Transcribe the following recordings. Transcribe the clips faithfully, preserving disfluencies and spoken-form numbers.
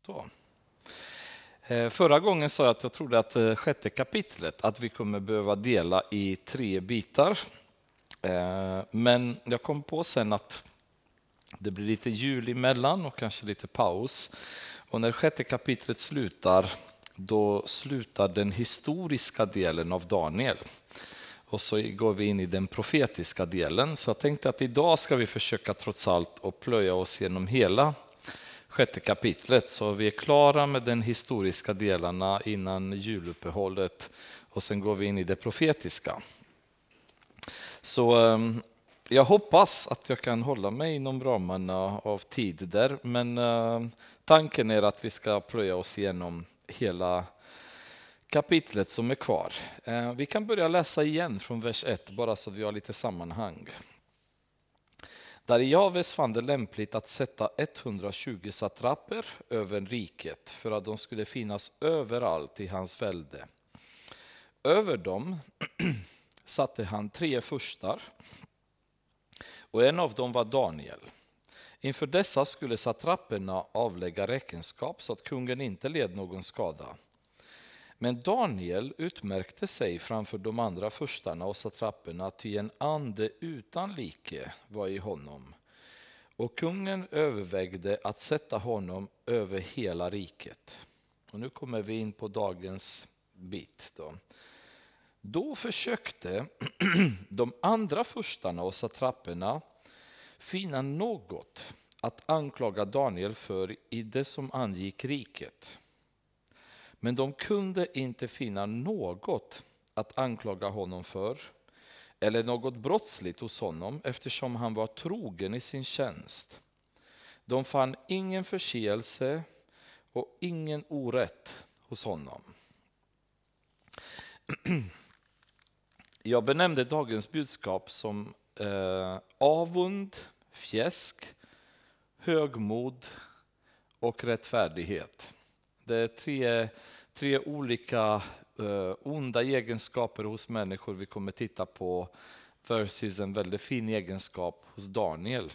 Så. Förra gången sa jag att jag trodde att sjätte kapitlet att vi kommer behöva dela i tre bitar. Men jag kom på sen att det blir lite jul emellan och kanske lite paus. Och när sjätte kapitlet slutar, då slutar den historiska delen av Daniel. Och så går vi in i den profetiska delen. Så jag tänkte att idag ska vi försöka trots allt att plöja oss genom hela sjätte kapitlet. Så vi är klara med den historiska delarna innan juluppehållet. Och sen går vi in i det profetiska. Så jag hoppas att jag kan hålla mig inom ramarna av tid där. Men tanken är att vi ska plöja oss igenom hela kapitlet som är kvar. Vi kan börja läsa igen från vers ett, bara så att vi har lite sammanhang. Där Javes fann det lämpligt att sätta etthundratjugo satraper över riket för att de skulle finnas överallt i hans välde. Över dem satte han tre furstar och en av dem var Daniel. Inför dessa skulle satraperna avlägga räkenskap så att kungen inte led någon skada. Men Daniel utmärkte sig framför de andra furstarna och satraperna, ty en ande utan like var i honom. Och kungen övervägde att sätta honom över hela riket. Och nu kommer vi in på dagens bit. Då, då försökte de andra furstarna och satraperna finna något att anklaga Daniel för i det som angick riket. Men de kunde inte finna något att anklaga honom för eller något brottsligt hos honom eftersom han var trogen i sin tjänst. De fann ingen förseelse och ingen orätt hos honom. Jag benämnde dagens budskap som eh, avund, fjäsk, högmod och rättfärdighet. Det är tre, tre olika uh, onda egenskaper hos människor vi kommer titta på versus en väldigt fin egenskap hos Daniel.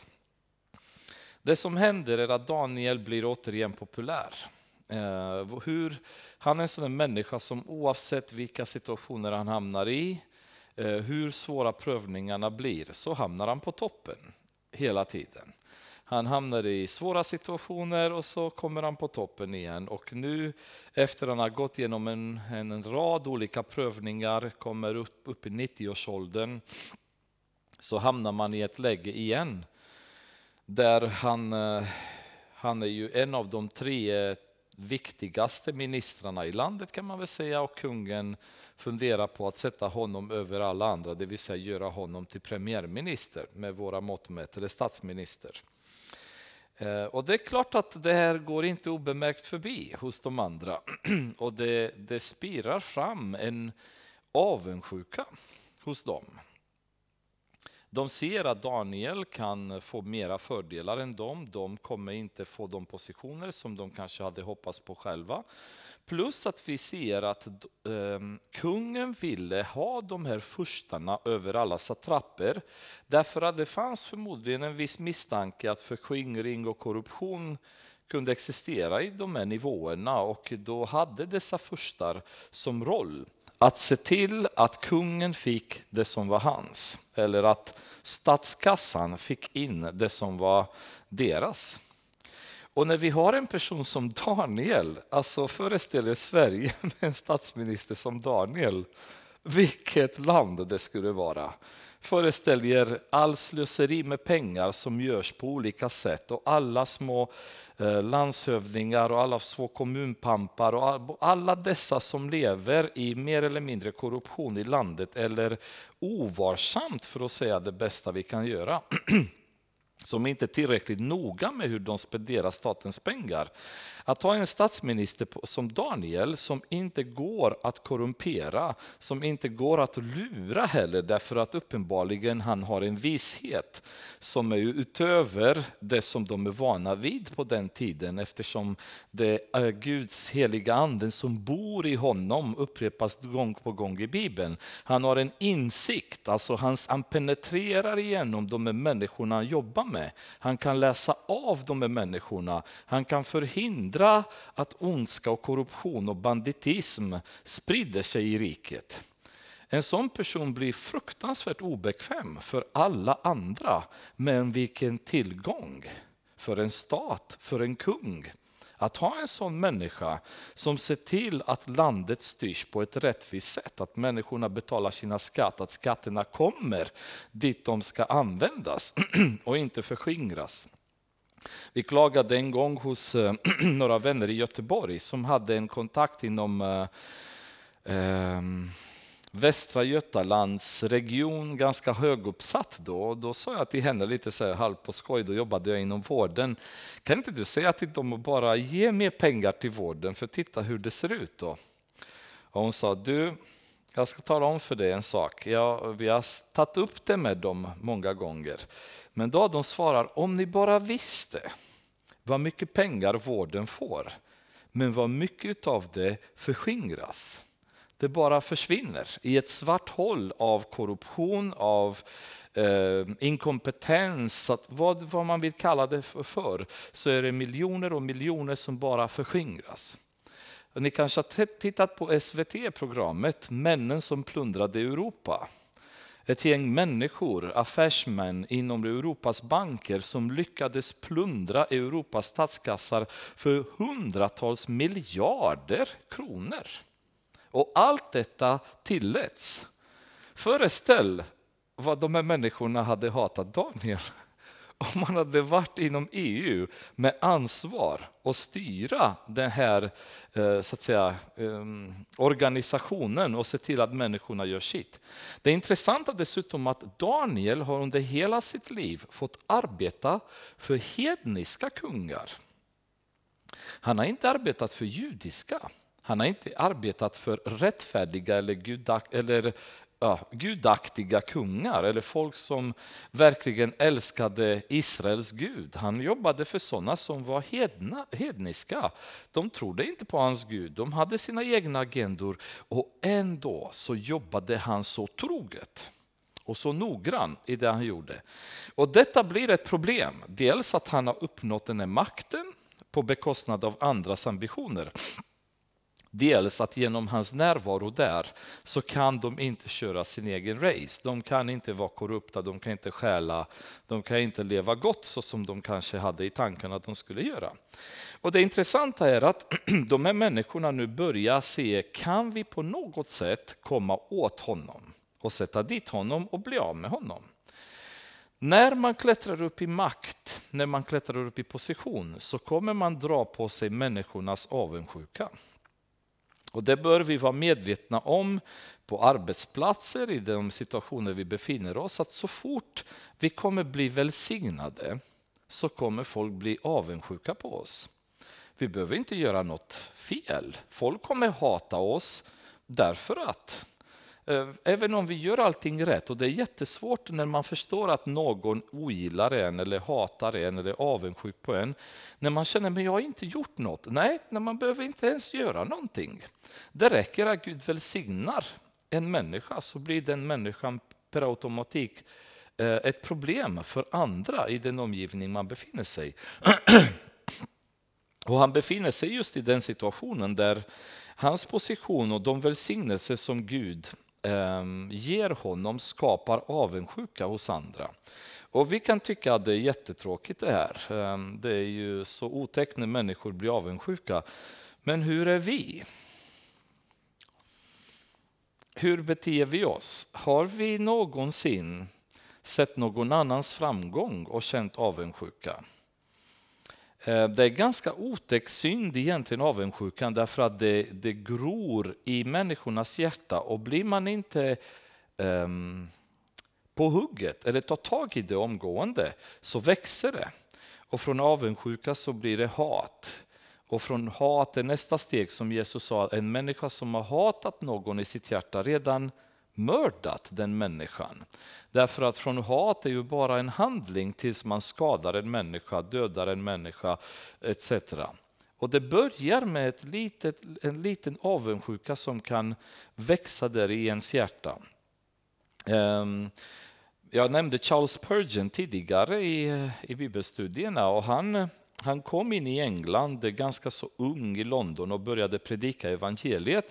Det som händer är att Daniel blir återigen populär. Uh, hur, han är en sån människa som oavsett vilka situationer han hamnar i, uh, hur svåra prövningarna blir, så hamnar han på toppen hela tiden. Han hamnar i svåra situationer och så kommer han på toppen igen. Och nu efter han har gått igenom en, en rad olika prövningar, kommer upp, upp i nittio-årsåldern, så hamnar man i ett läge igen. Där han, han är ju en av de tre viktigaste ministrarna i landet kan man väl säga. Och kungen funderar på att sätta honom över alla andra, det vill säga göra honom till premiärminister med våra mått mätt, eller statsminister. Och det är klart att det här går inte obemärkt förbi hos de andra. Och det, det spirar fram en avundsjuka hos dem. De ser att Daniel kan få mera fördelar än dem. De kommer inte få de positioner som de kanske hade hoppats på själva. Plus att vi ser att eh, kungen ville ha de här furstarna över alla satraper. Därför att det fanns förmodligen en viss misstanke att förskingring och korruption kunde existera i de här nivåerna. Och då hade dessa furstar som roll att se till att kungen fick det som var hans. Eller att statskassan fick in det som var deras. Och när vi har en person som Daniel, alltså föreställer Sverige med en statsminister som Daniel, vilket land det skulle vara. Föreställer all slöseri med pengar som görs på olika sätt och alla små eh, landshövdingar och alla små kommunpampar och alla dessa som lever i mer eller mindre korruption i landet eller ovarsamt, för att säga det bästa vi kan göra. Som inte är tillräckligt noga med hur de spenderar statens pengar. Att ha en statsminister som Daniel som inte går att korrumpera, som inte går att lura heller, därför att uppenbarligen han har en vishet som är utöver det som de är vana vid på den tiden, eftersom det är Guds heliga anden som bor i honom upprepas gång på gång i Bibeln. Han har en insikt, alltså han penetrerar igenom de människorna han jobbar med. med. Han kan läsa av de här människorna. Han kan förhindra att ondska och korruption och banditism sprider sig i riket. En sån person blir fruktansvärt obekväm för alla andra, men vilken tillgång för en stat, för en kung. Att ha en sån människa som ser till att landet styrs på ett rättvist sätt, att människorna betalar sina skatt, att skatterna kommer dit de ska användas och inte förskingras. Vi klagade en gång hos några vänner i Göteborg som hade en kontakt inom eh, eh, Västra Götalands region, ganska höguppsatt då. Då sa jag till henne lite så här halv på skoj, då jobbade jag inom vården. Kan inte du säga till dem att bara ge mer pengar till vården för att titta hur det ser ut då? Och hon sa, du, jag ska tala om för dig en sak. Jag, vi har tagit upp det med dem många gånger. Men då de svarar, om ni bara visste vad mycket pengar vården får, men vad mycket av det förskingras. Det bara försvinner i ett svart hål av korruption, av eh, inkompetens, att vad, vad man vill kalla det för, för, så är det miljoner och miljoner som bara förskingras. Och ni kanske har tittat på S V T-programmet Männen som plundrade Europa. Ett gäng människor, affärsmän inom Europas banker som lyckades plundra Europas statskassar för hundratals miljarder kronor. Och allt detta tilläts. Föreställ vad de här människorna hade hatat Daniel. Om man hade varit inom E U med ansvar att styra den här så att säga, organisationen och se till att människorna gör sitt. Det är intressant att dessutom att Daniel har under hela sitt liv fått arbeta för hedniska kungar. Han har inte arbetat för judiska. Han har inte arbetat för rättfärdiga eller, gudak- eller ja, gudaktiga kungar eller folk som verkligen älskade Israels Gud. Han jobbade för sådana som var hedna, hedniska. De trodde inte på hans Gud, de hade sina egna agendor och ändå så jobbade han så troget och så noggrann i det han gjorde. Och detta blir ett problem. Dels att han har uppnått den här makten på bekostnad av andras ambitioner. Dels att genom hans närvaro där så kan de inte köra sin egen race. De kan inte vara korrupta, de kan inte stjäla, de kan inte leva gott så som de kanske hade i tanken att de skulle göra. Och det intressanta är att de här människorna nu börjar se, kan vi på något sätt komma åt honom och sätta dit honom och bli av med honom? När man klättrar upp i makt, när man klättrar upp i position så kommer man dra på sig människornas avundsjuka. Och det bör vi vara medvetna om på arbetsplatser, i de situationer vi befinner oss, att så fort vi kommer bli välsignade så kommer folk bli avundsjuka på oss. Vi behöver inte göra något fel. Folk kommer hata oss därför att, även om vi gör allting rätt, och det är jättesvårt när man förstår att någon ogillar en eller hatar en eller är avundsjuk på en, när man känner men jag har inte gjort något. Nej, när man behöver inte ens göra någonting. Det räcker att Gud välsignar en människa så blir den människan per automatik ett problem för andra i den omgivning man befinner sig. Och han befinner sig just i den situationen där hans position och de välsignelser som Gud ger honom skapar avundsjuka hos andra. Och vi kan tycka att det är jättetråkigt det här. Det är ju så otäckt när människor blir avundsjuka. Men hur är vi? Hur beter vi oss? Har vi någonsin sett någon annans framgång och känt avundsjuka? Det är ganska otäck synd egentligen avundsjukan därför att det, det gror i människornas hjärta och blir man inte um, på hugget eller tar tag i det omgående så växer det. Och från avundsjuka så blir det hat. Och från hat är nästa steg som Jesus sa, en människa som har hatat någon i sitt hjärta redan mördat den människan. Därför att från hat är ju bara en handling tills man skadar en människa, dödar en människa et cetera. Och det börjar med ett litet, en liten avundsjuka som kan växa där i ens hjärta. Um, Jag nämnde Charles Spurgeon tidigare i, i bibelstudierna, och han, han kom in i England ganska så ung i London och började predika evangeliet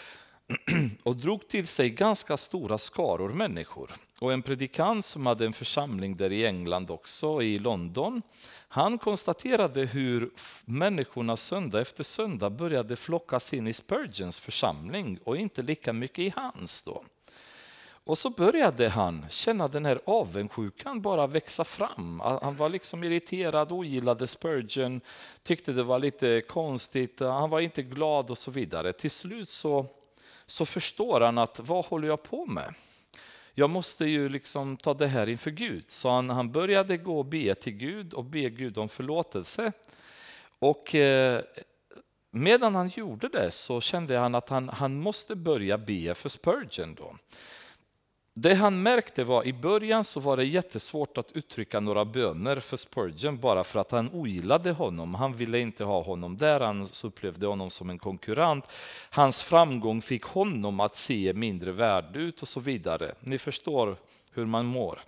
och drog till sig ganska stora skaror människor. Och en predikant som hade en församling där i England också, i London, han konstaterade hur människorna söndag efter söndag började flockas in i Spurgeons församling och inte lika mycket i hans då. Och så började han känna den här avundsjukan bara växa fram. Han var liksom irriterad, ogillade Spurgeon, tyckte det var lite konstigt, han var inte glad och så vidare. Till slut så, så förstår han att vad håller jag på med? Jag måste ju liksom ta det här inför Gud. Så han, han började gå och be till Gud och be Gud om förlåtelse. Och eh, medan han gjorde det så kände han att han, han måste börja be för Spurgeon då. Det han märkte var i början så var det jättesvårt att uttrycka några böner för Spurgeon bara för att han ogillade honom. Han ville inte ha honom där, han upplevde honom som en konkurrent. Hans framgång fick honom att se mindre värd ut och så vidare. Ni förstår hur man mår.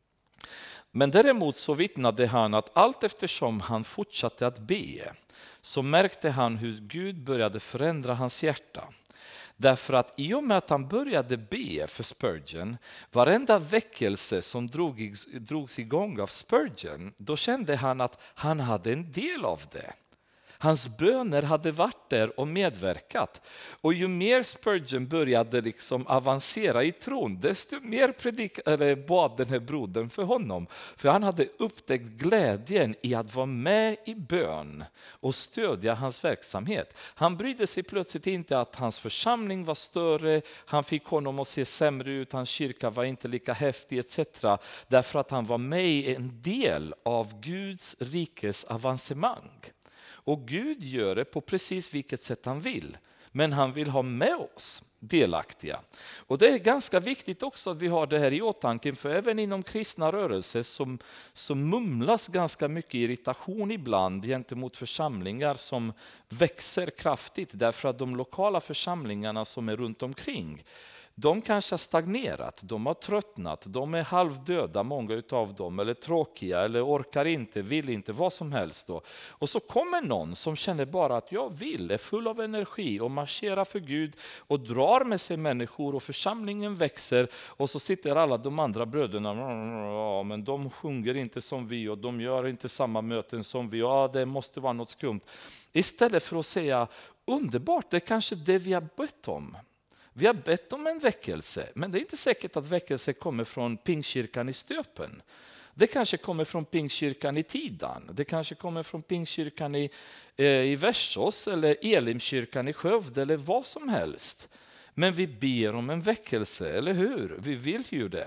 Men däremot så vittnade han att allt eftersom han fortsatte att be så märkte han hur Gud började förändra hans hjärta. Därför att i och med att han började be för Spurgeon, varenda väckelse som drog, drogs igång av Spurgeon, då kände han att han hade en del av det. Hans böner hade varit där och medverkat. Och ju mer Spurgeon började liksom avancera i tron, desto mer predik- eller bad den här brodern för honom. För han hade upptäckt glädjen i att vara med i bön och stödja hans verksamhet. Han brydde sig plötsligt inte att hans församling var större, han fick honom att se sämre ut, hans kyrka var inte lika häftig et cetera. Därför att han var med i en del av Guds rikes avancemang. Och Gud gör det på precis vilket sätt han vill. Men han vill ha med oss delaktiga. Och det är ganska viktigt också att vi har det här i åtanke. För även inom kristna rörelser som, som mumlas ganska mycket irritation ibland gentemot församlingar som växer kraftigt. Därför att de lokala församlingarna som är runt omkring, de kanske har stagnerat, de har tröttnat, de är halvdöda många av dem, eller tråkiga, eller orkar inte, vill inte, vad som helst då. Och så kommer någon som känner bara att jag vill, är full av energi och marscherar för Gud och drar med sig människor och församlingen växer, och så sitter alla de andra bröderna, ja, men de sjunger inte som vi och de gör inte samma möten som vi, ja, det måste vara något skumt. Istället för att säga underbart, det är kanske det vi har bett om. Vi har bett om en väckelse, men det är inte säkert att väckelse kommer från Pingstkyrkan i Stöpen. Det kanske kommer från Pingstkyrkan i Tidan, det kanske kommer från Pingstkyrkan i, eh, i Värsås eller Elimkyrkan i Skövde eller vad som helst. Men vi ber om en väckelse, eller hur? Vi vill ju det.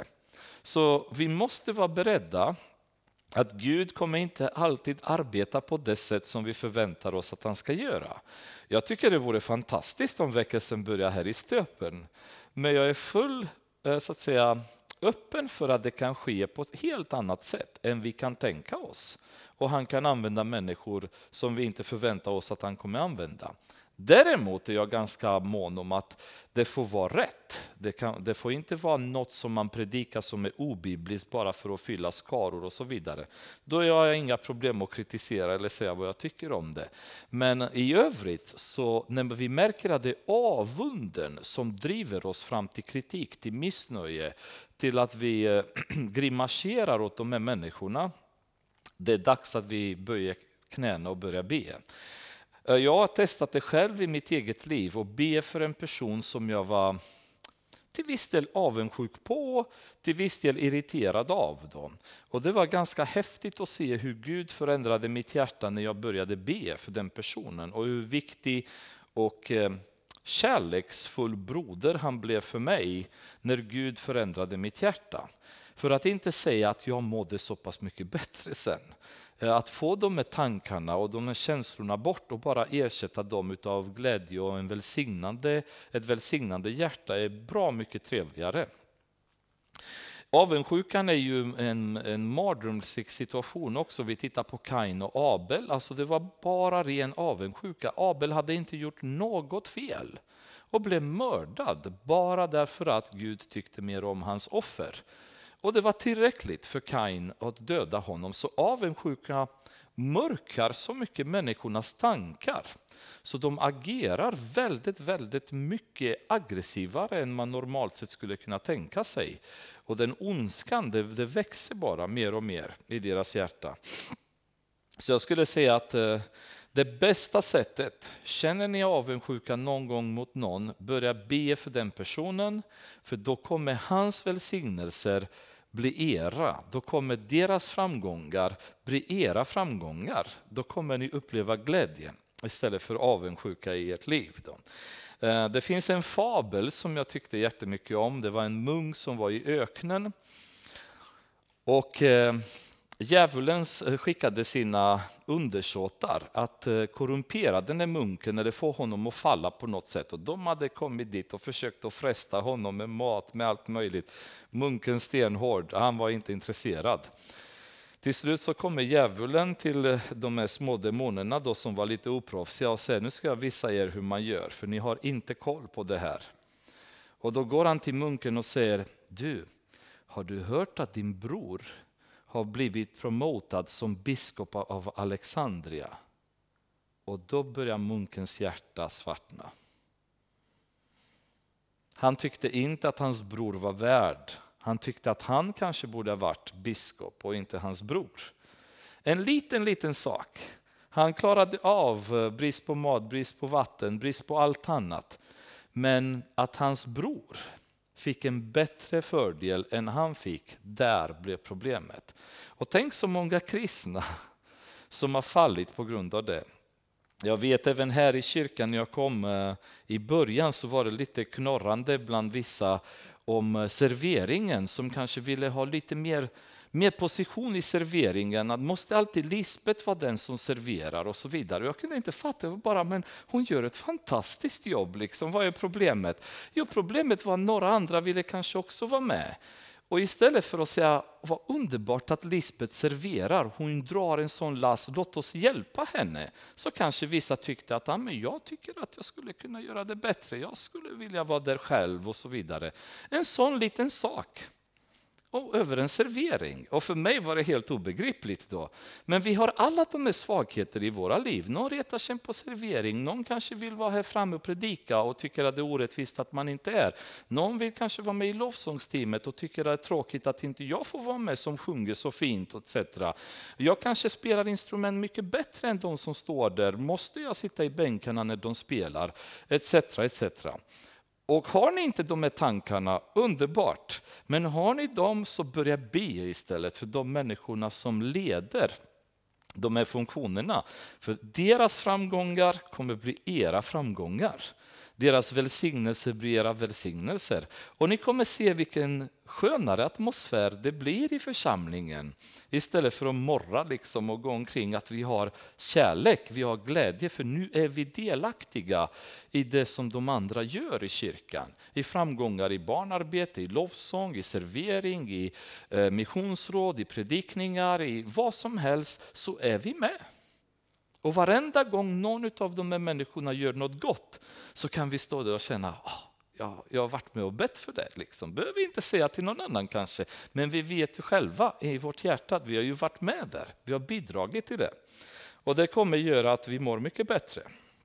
Så vi måste vara beredda att Gud kommer inte alltid arbeta på det sätt som vi förväntar oss att han ska göra. Jag tycker det vore fantastiskt om väckelsen börjar här i Stöpen. Men jag är full så att säga, öppen för att det kan ske på ett helt annat sätt än vi kan tänka oss. Och han kan använda människor som vi inte förväntar oss att han kommer använda. Däremot är jag ganska mån om att det får vara rätt. Det, kan, det får inte vara något som man predikar som är obibliskt bara för att fylla skaror och så vidare. Då har jag inga problem att kritisera eller säga vad jag tycker om det. Men i övrigt, så när vi märker att det är avunden som driver oss fram till kritik, till missnöje, till att vi grimaserar åt de här människorna, det är dags att vi böjer knäna och börjar be. Jag har testat det själv i mitt eget liv och be för en person som jag var till viss del avundsjuk på, till viss del irriterad av dem. Och det var ganska häftigt att se hur Gud förändrade mitt hjärta när jag började be för den personen. Och hur viktig och kärleksfull broder han blev för mig när Gud förändrade mitt hjärta. För att inte säga att jag mådde så pass mycket bättre sen. Att få de här tankarna och de här känslorna bort och bara ersätta dem av glädje och en välsignande, ett välsignande hjärta är bra mycket trevligare. Avundsjukan är ju en, en mardrömslik situation också. Vi tittar på Kain och Abel. Alltså det var bara ren avundsjuka. Abel hade inte gjort något fel och blev mördad bara därför att Gud tyckte mer om hans offer. Och det var tillräckligt för Kain att döda honom. Så avundsjuka mörkar så mycket människornas tankar. Så de agerar väldigt, väldigt mycket aggressivare än man normalt sett skulle kunna tänka sig. Och den ondskan, det, det växer bara mer och mer i deras hjärta. Så jag skulle säga att eh, det bästa sättet, känner ni avundsjuka någon gång mot någon, börja be för den personen. För då kommer hans välsignelser bli era. Då kommer deras framgångar bli era framgångar. Då kommer ni uppleva glädje istället för avundsjuka i ert liv. Då. Det finns en fabel som jag tyckte jättemycket om. Det var en munk som var i öknen. Och eh, djävulen skickade sina undersåtar att korrumpera den där munken eller få honom att falla på något sätt. Och de hade kommit dit och försökt att fresta honom med mat, med allt möjligt. Munken stenhård, han var inte intresserad. Till slut så kommer djävulen till de här små demonerna då, som var lite oproffsiga och säger: nu ska jag visa er hur man gör, för ni har inte koll på det här. Och då går han till munken och säger: du, har du hört att din bror har blivit promotad som biskop av Alexandria? Och då börjar munkens hjärta svartna. Han tyckte inte att hans bror var värd. Han tyckte att han kanske borde ha varit biskop och inte hans bror. En liten, liten sak. Han klarade av brist på mat, brist på vatten, brist på allt annat. Men att hans bror fick en bättre fördel än han fick, där blev problemet. Och tänk så många kristna som har fallit på grund av det. Jag vet även här i kyrkan när jag kom i början så var det lite knorrande bland vissa om serveringen som kanske ville ha lite mer, mer position i serveringen. Att måste alltid Lisbeth vara den som serverar och så vidare. Jag kunde inte fatta, bara, men hon gör ett fantastiskt jobb. Liksom. Vad är problemet? Jo, problemet var att några andra ville kanske också vara med. Och istället för att säga vad underbart att Lisbeth serverar, hon drar en sån last, låt oss hjälpa henne. Så kanske vissa tyckte att ah, men jag tycker att jag skulle kunna göra det bättre, jag skulle vilja vara där själv och så vidare. En sån liten sak. Och över en servering. Och för mig var det helt obegripligt då. Men vi har alla de här svagheter i våra liv. Någon retar sig på servering. Någon kanske vill vara här framme och predika och tycker att det är orättvist att man inte är. Någon vill kanske vara med i lovsångsteamet och tycker att det är tråkigt att inte jag får vara med som sjunger så fint et cetera. Jag kanske spelar instrument mycket bättre än de som står där. Måste jag sitta i bänkarna när de spelar? et cetera et cetera. Och har ni inte de här tankarna, underbart. Men har ni dem så börja be istället för de människorna som leder de här funktionerna. För deras framgångar kommer bli era framgångar. Deras välsignelser blir era välsignelser. Och ni kommer se vilken skönare atmosfär det blir i församlingen. Istället för att morra liksom och gå omkring att vi har kärlek, vi har glädje. För nu är vi delaktiga i det som de andra gör i kyrkan. I framgångar i barnarbete, i lovsång, i servering, i eh, missionsråd, i predikningar, i vad som helst så är vi med. Och varenda gång någon av de här människorna gör något gott så kan vi stå där och känna oh, ja, jag har varit med och bett för det. Liksom. Behöver vi inte säga till någon annan kanske. Men vi vet ju själva i vårt hjärta att vi har ju varit med där. Vi har bidragit till det. Och det kommer göra att vi mår mycket bättre.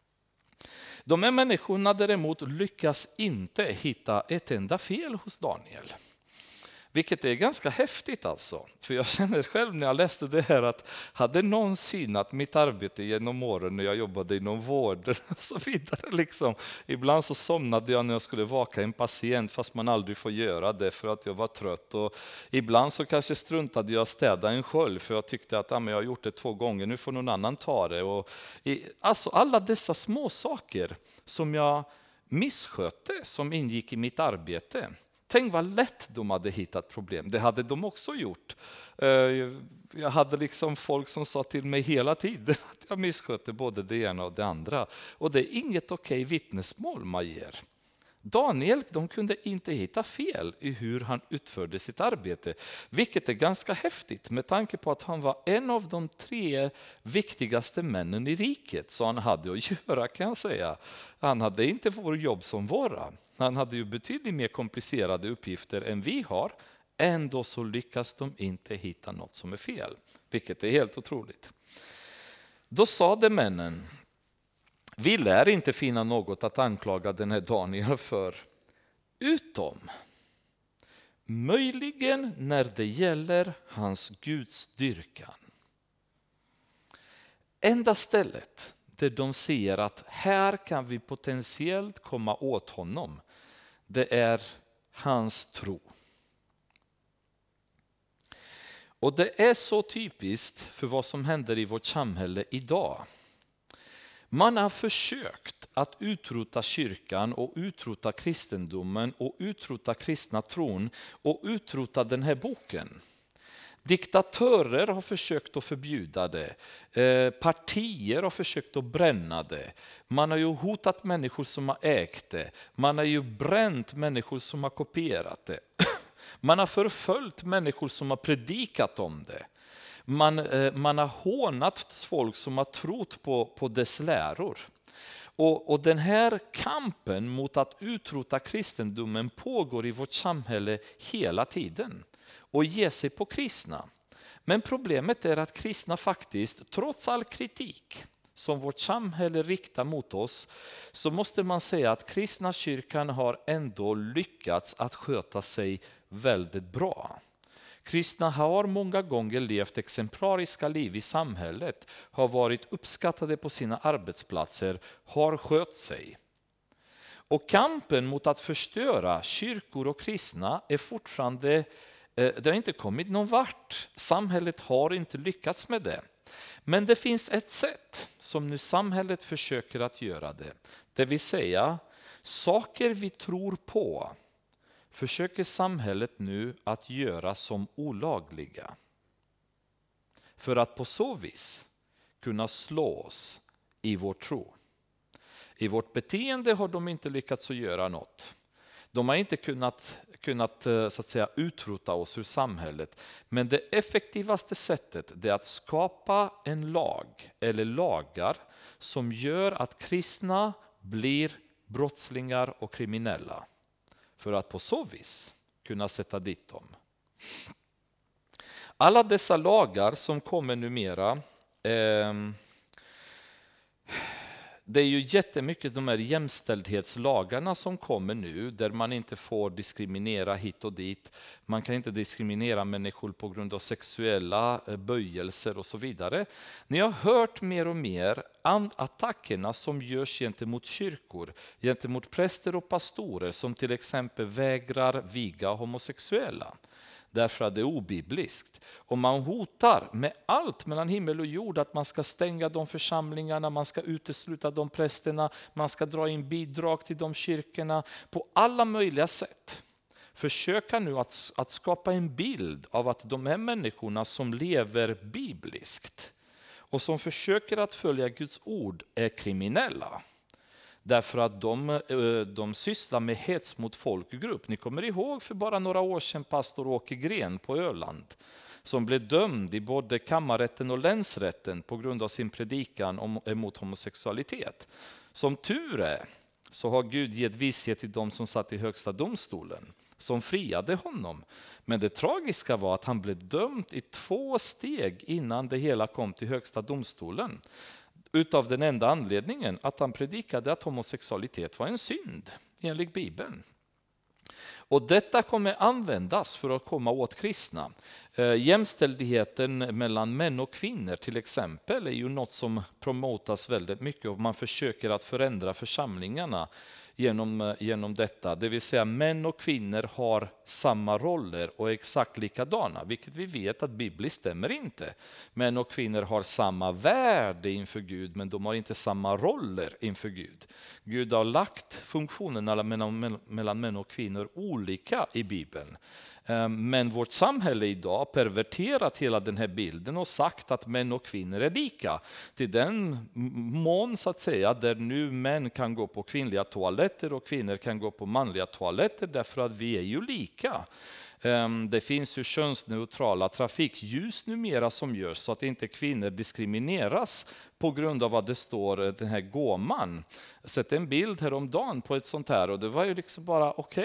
De här människorna däremot lyckas inte hitta ett enda fel hos Daniel. Vilket är ganska häftigt alltså. För jag känner själv när jag läste det här att hade någon synat mitt arbete genom åren när jag jobbade inom vården och så vidare. Liksom. Ibland så somnade jag när jag skulle vaka en patient fast man aldrig får göra det för att jag var trött. Och ibland så kanske struntade jag städa en skölj för jag tyckte att ah, men jag har gjort det två gånger, nu får någon annan ta det. Och i, alltså alla dessa små saker som jag misskötte som ingick i mitt arbete. Tänk vad lätt de hade hittat problem. Det hade de också gjort. Jag hade liksom folk som sa till mig hela tiden att jag misskötte både det ena och det andra. Och det är inget okej vittnesmål man ger. Daniel, de kunde inte hitta fel i hur han utförde sitt arbete. Vilket är ganska häftigt med tanke på att han var en av de tre viktigaste männen i riket. Så han hade att göra kan jag säga. Han hade inte vår jobb som våra. Han hade ju betydligt mer komplicerade uppgifter än vi har. ändå så lyckas de inte hitta något som är fel, vilket är helt otroligt. Då sade männen, vi lär inte finna något att anklaga den här Daniel för, utom möjligen när det gäller hans gudsdyrkan. Enda stället där de ser att här kan vi potentiellt komma åt honom, det är hans tro. Och det är så typiskt för vad som händer i vårt samhälle idag. Man har försökt att utrota kyrkan och utrota kristendomen och utrota kristna tron och utrota den här boken. Diktatörer har försökt att förbjuda det. Eh, partier har försökt att bränna det. Man har ju hotat människor som har ägt det. Man har ju bränt människor som har kopierat det. Man har förföljt människor som har predikat om det. Man, eh, man har hånat folk som har trott på, på dess läror. Och, och den här kampen mot att utrota kristendomen pågår i vårt samhälle hela tiden. Och ger sig på kristna. Men problemet är att kristna faktiskt, trots all kritik som vårt samhälle riktar mot oss, så måste man säga att kristna kyrkan har ändå lyckats att sköta sig väldigt bra. Kristna har många gånger levt exemplariska liv i samhället, har varit uppskattade på sina arbetsplatser, har skött sig. Och kampen mot att förstöra kyrkor och kristna är fortfarande, det har inte kommit någon vart. Samhället har inte lyckats med det. Men det finns ett sätt som nu samhället försöker att göra det. Det vill säga, saker vi tror på försöker samhället nu att göra som olagliga. För att på så vis kunna slå oss i vår tro. I vårt beteende har de inte lyckats att göra något. De har inte kunnat, kunnat så att säga, utrota oss ur samhället. Men det effektivaste sättet är att skapa en lag eller lagar som gör att kristna blir brottslingar och kriminella. För att på så vis kunna sätta dit dem. Alla dessa lagar som kommer numera, eh, det är ju jättemycket de här jämställdhetslagarna som kommer nu, där man inte får diskriminera hit och dit. Man kan inte diskriminera människor på grund av sexuella böjelser och så vidare. Ni har hört mer och mer attackerna som görs gentemot kyrkor, gentemot präster och pastorer som till exempel vägrar viga homosexuella. Därför att det är obibliskt. Och man hotar med allt mellan himmel och jord att man ska stänga de församlingarna, man ska utesluta de prästerna, man ska dra in bidrag till de kyrkorna på alla möjliga sätt. Försöka nu att, att skapa en bild av att de här människorna som lever bibliskt och som försöker att följa Guds ord är kriminella. Därför att de, de sysslar med hets mot folkgrupp. Ni kommer ihåg för bara några år sedan pastor Åke Gren på Öland som blev dömd i både kammarrätten och länsrätten på grund av sin predikan om, emot homosexualitet. Som tur är så har Gud gett visshet till de som satt i högsta domstolen som friade honom. Men det tragiska var att han blev dömd i två steg innan det hela kom till högsta domstolen. Utav den enda anledningen att han predikade att homosexualitet var en synd enligt Bibeln. Och detta kommer användas för att komma åt kristna. Eh, jämställdheten mellan män och kvinnor till exempel är ju något som promotas väldigt mycket och man försöker att förändra församlingarna genom, genom detta. Det vill säga män och kvinnor har samma roller och är exakt likadana, vilket vi vet att bibliskt stämmer inte. Män och kvinnor har samma värde inför Gud, men de har inte samma roller inför Gud. Gud har lagt funktionerna mellan, mellan män och kvinnor olika i Bibeln. Men vårt samhälle idag har perverterat hela den här bilden och sagt att män och kvinnor är lika. Till den mån så att säga där nu män kan gå på kvinnliga toaletter och kvinnor kan gå på manliga toaletter därför att vi är ju lika. Det finns ju könsneutrala trafikljus numera som görs så att inte kvinnor diskrimineras på grund av vad det står den här gåman. Jag sett en bild häromdagen på ett sånt här och det var ju liksom bara okej. Okay.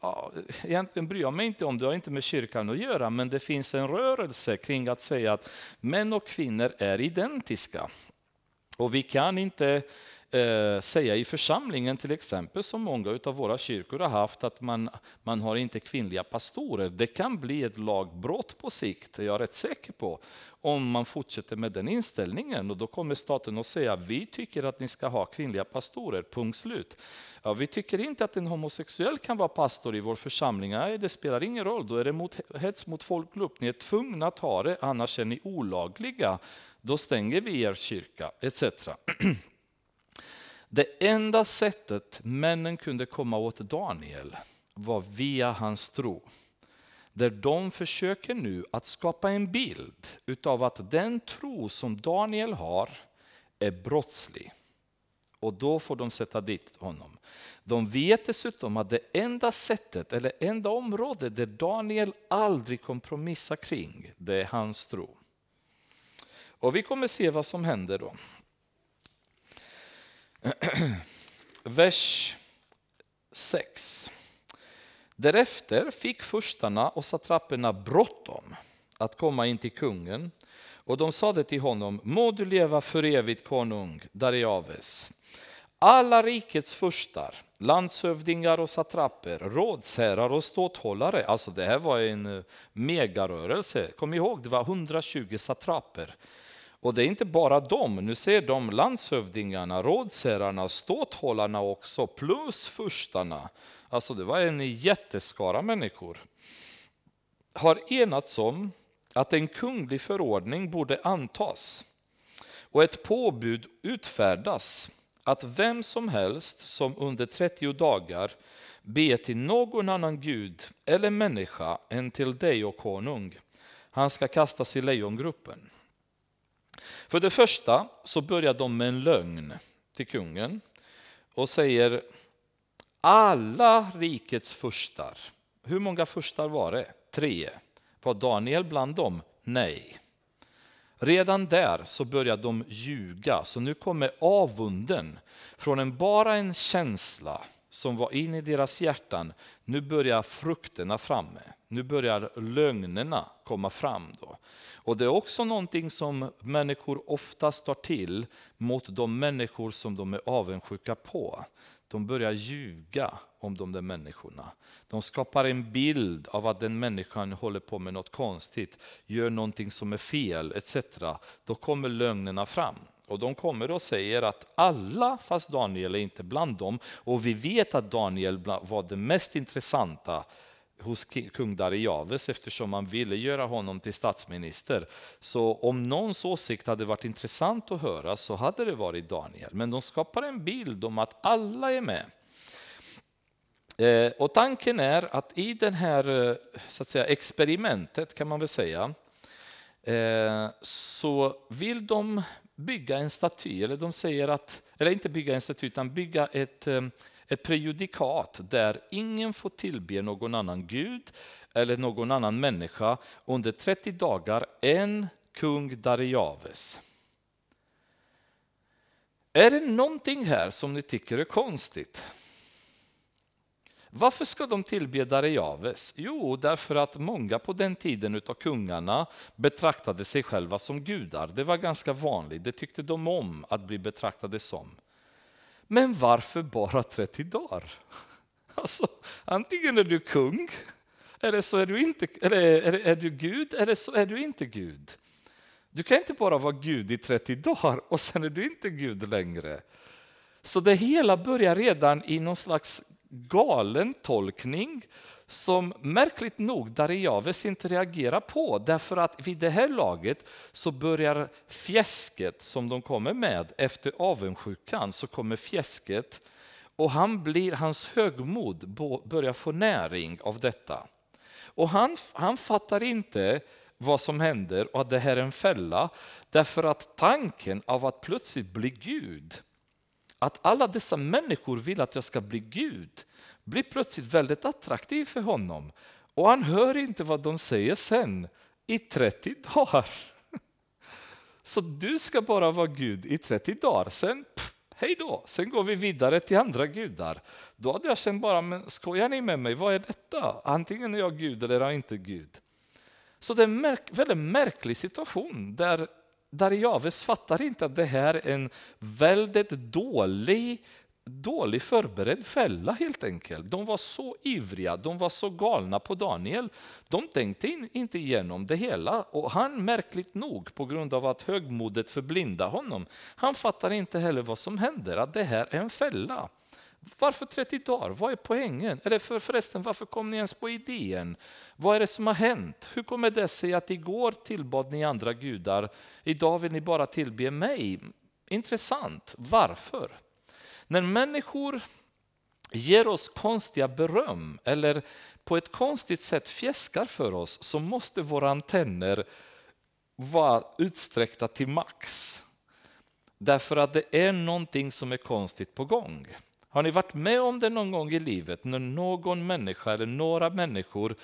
ja, egentligen bryr jag mig inte om, det har inte med kyrkan att göra, men det finns en rörelse kring att säga att män och kvinnor är identiska. Och vi kan inte eh, säga i församlingen till exempel, som många av våra kyrkor har haft, att man, man har inte kvinnliga pastorer. Det kan bli ett lagbrott på sikt, jag är rätt säker på, om man fortsätter med den inställningen. Och då kommer staten att säga, vi tycker att ni ska ha kvinnliga pastorer, punkt slut. Ja, vi tycker inte att en homosexuell kan vara pastor i vår församling. Nej, det spelar ingen roll, då är det mot, hets mot folkgrupp. Ni är tvungna att ha det, annars är ni olagliga. Då stänger vi er kyrka, et cetera. Det enda sättet männen kunde komma åt Daniel var via hans tro. Där de försöker nu att skapa en bild utav att den tro som Daniel har är brottslig. Och då får de sätta dit honom. De vet dessutom att det enda sättet, eller enda område där Daniel aldrig kompromissar kring, det är hans tro. Och vi kommer se vad som händer då. Vers sex. Därefter fick furstarna och satrapperna bråttom att komma in till kungen. Och de sade till honom, må du leva för evigt, konung Darijaves. Alla rikets furstar, landshövdingar och satrapper, rådsherrar och ståthållare. Alltså det här var en megarörelse. Kom ihåg, det var hundratjugo satrapper. Och det är inte bara dem, nu ser de landshövdingarna, rådsherrarna, ståthållarna också, plus furstarna. Alltså det var en jätteskara människor. Har enats om att en kunglig förordning borde antas och ett påbud utfärdas att vem som helst som under trettio dagar ber till någon annan gud eller människa än till dig och konung, han ska kastas i lejongruppen. För det första så börjar de med en lögn till kungen och säger alla rikets furstar. Hur många furstar var det? Tre. Var Daniel bland dem? Nej. Redan där så börjar de ljuga. Så nu kommer avunden från en bara en känsla som var inne i deras hjärtan. Nu börjar frukterna framme. Nu börjar lögnerna komma fram då. Och det är också någonting som människor oftast tar till mot de människor som de är avundsjuka på. De börjar ljuga om de där människorna. De skapar en bild av att den människan håller på med något konstigt, gör någonting som är fel, et cetera. Då kommer lögnerna fram. Och de kommer och säger att alla, fast Daniel är inte bland dem, och vi vet att Daniel var det mest intressanta hos kung Darijaves eftersom man ville göra honom till statsminister. Så om någons åsikt hade varit intressant att höra så hade det varit Daniel. Men de skapar en bild om att alla är med. Eh, och tanken är att i den här så att säga, experimentet kan man väl säga eh, så vill de bygga en staty, eller de säger att, eller inte bygga en staty utan bygga ett Ett prejudikat där ingen får tillbe någon annan gud eller någon annan människa under trettio dagar än kung Darijaves. Är det någonting här som ni tycker är konstigt? Varför ska de tillbe Darijaves? Jo, därför att många på den tiden utav kungarna betraktade sig själva som gudar. Det var ganska vanligt, det tyckte de om att bli betraktade som. Men varför bara trettio dagar? Alltså, antingen är du kung, eller så är du inte, eller är, är du Gud, eller så är du inte Gud. Du kan inte bara vara Gud i trettio dagar och sen är du inte Gud längre. Så det hela börjar redan i någon slags galen tolkning som märkligt nog Darijaves inte reagerar på. Därför att vid det här laget så börjar fjäsket som de kommer med efter avundsjukan, så kommer fjäsket och han blir, hans högmod börjar få näring av detta. Och han, han fattar inte vad som händer och att det här är en fälla, därför att tanken av att plötsligt bli Gud, att alla dessa människor vill att jag ska bli Gud, blir plötsligt väldigt attraktiv för honom. Och han hör inte vad de säger sen i trettio dagar. Så du ska bara vara Gud i trettio dagar. Sen, pff, hej då, sen går vi vidare till andra gudar. Då hade jag känt bara, men skojar ni med mig, vad är detta? Antingen är jag Gud eller är jag inte Gud. Så det är en märk, väldigt märklig situation där, där Javes fattar inte att det här är en väldigt dålig, dålig förberedd fälla helt enkelt. De var så ivriga, de var så galna på Daniel. De tänkte in, inte igenom det hela, och han märkligt nog på grund av att högmodet förblindar honom. Han fattar inte heller vad som händer, att det här är en fälla. Varför trettio dagar? Vad är poängen? Eller för, förresten, varför kom ni ens på idén? Vad är det som har hänt? Hur kommer det sig att igår tillbad ni andra gudar, idag vill ni bara tillbe mig? Intressant. Varför? När människor ger oss konstiga beröm eller på ett konstigt sätt fjäskar för oss, så måste våra antenner vara utsträckta till max. Därför att det är någonting som är konstigt på gång. Har ni varit med om det någon gång i livet när någon människa eller några människor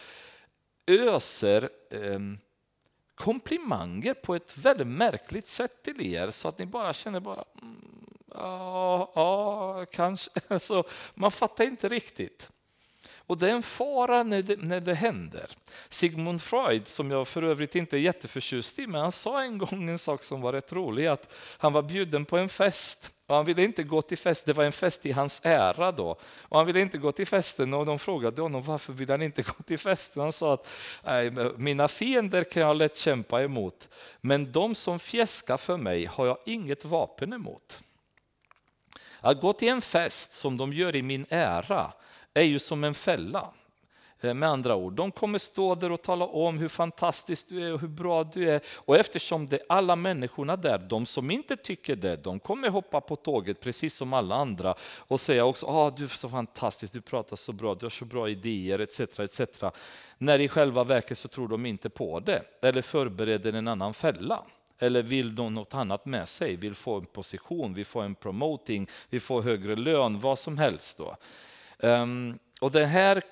öser eh, komplimanger på ett väldigt märkligt sätt till er, så att ni bara känner bara mm, ja, ja, kanske. Alltså, man fattar inte riktigt. Och det är en fara när det, när det händer. Sigmund Freud, som jag för övrigt inte är jätteförtjust i, men han sa en gång en sak som var rätt rolig, att han var bjuden på en fest. Och han ville inte gå till fest, det var en fest i hans ära då. Och han ville inte gå till festen, och de frågade honom varför vill han inte gå till festen. Han sa att mina fiender kan jag lätt kämpa emot, men de som fjäskar för mig har jag inget vapen emot. Att gå till en fest som de gör i min ära är ju som en fälla. Med andra ord, de kommer stå där och tala om hur fantastisk du är och hur bra du är. Och eftersom det är alla människorna där, de som inte tycker det, de kommer hoppa på tåget precis som alla andra och säga också, ah, du är så fantastisk, du pratar så bra, du har så bra idéer, et cetera et cetera. När i själva verket så tror de inte på det, eller förbereder en annan fälla. Eller vill de något annat med sig, vill få en position, vill få en promoting, vill få högre lön, vad som helst då. Um, och den här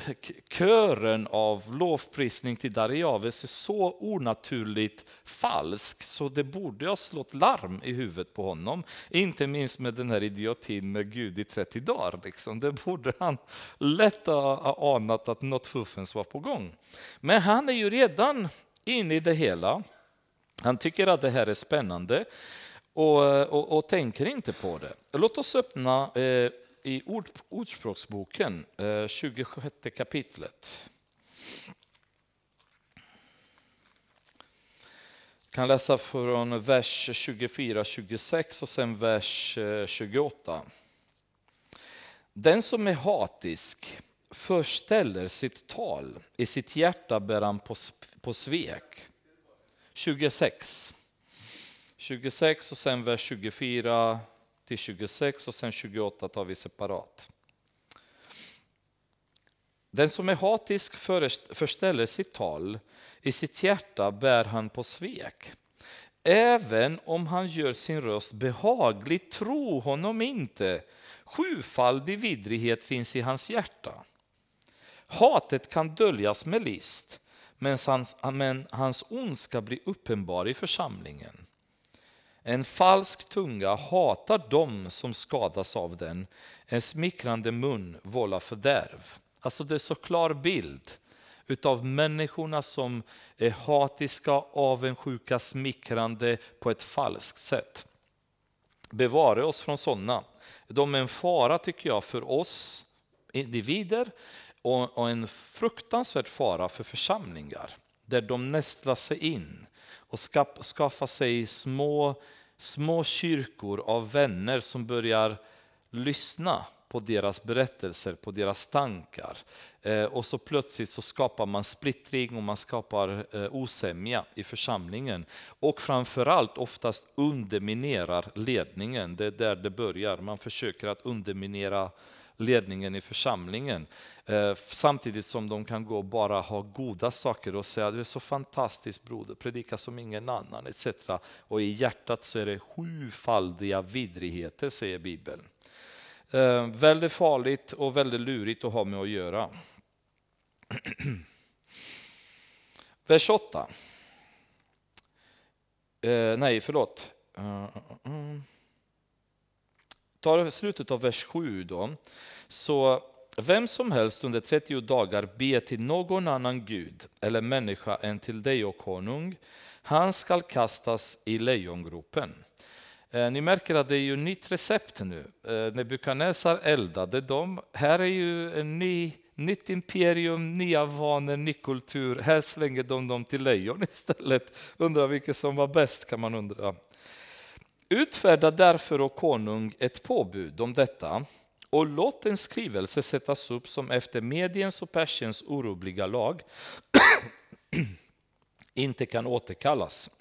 kören av lovprisning till Darijaves är så onaturligt falsk, så det borde ha slått larm i huvudet på honom. Inte minst med den här idiotin med Gud i trettio dagar. Liksom. Det borde han lätt ha anat att något fuffens var på gång. Men han är ju redan inne i det hela. Han tycker att det här är spännande och, och, och tänker inte på det. Låt oss öppna eh, i ord, Ordspråksboken, eh, tjugosjätte kapitlet. Jag kan läsa från vers tjugofyra tjugosex och sen vers tjugoåtta. Den som är hatisk förställer sitt tal, i sitt hjärta bär han på, på svek. tjugosex. tjugosex och sen vers tjugofyra till tjugosex och sen tjugoåtta tar vi separat. Den som är hatisk förställer sitt tal, i sitt hjärta bär han på svek. Även om han gör sin röst behaglig, tro honom inte. Sjufaldig vidrighet finns i hans hjärta. Hatet kan döljas med list, men hans, men hans ondska blir uppenbar i församlingen. En falsk tunga hatar dem som skadas av den. En smickrande mun vållar fördärv. Alltså det är så klar bild utav människorna som är hatiska, avundsjuka, smickrande på ett falskt sätt. Bevara oss från sådana. De är en fara tycker jag för oss individer och, och en fruktansvärd fara för församlingar. Där de nästlar sig in och skaffar sig små, små kyrkor av vänner som börjar lyssna på deras berättelser, på deras tankar. Eh, och så plötsligt så skapar man splittring och man skapar eh, osämja i församlingen. Och framförallt oftast underminerar ledningen. Det är där det börjar. Man försöker att underminera ledningen i församlingen. Eh, samtidigt som de kan gå och bara ha goda saker och säga du är så fantastisk broder, predika som ingen annan et cetera. Och i hjärtat så är det sjufaldiga vidrigheter, säger Bibeln. Eh, väldigt farligt och väldigt lurigt att ha med att göra. Vers åtta. Eh, nej, förlåt. Uh, uh, uh. tar slutet av vers sju då. Så vem som helst under trettio dagar ber till någon annan gud eller människa än till dig och konung, han skall kastas i lejongropen. Eh, ni märker att det är ju nytt recept nu. Eh, Nebukadnessar eldade dem. Här är ju en ny, nytt imperium, nya vanor, ny kultur. Här slänger de dem till lejon istället. Undrar vilket som var bäst, kan man undra. Utfärda därför, och konung, ett påbud om detta, och låt en skrivelse sättas upp som efter Mediens och Persiens orubbliga lag inte kan återkallas.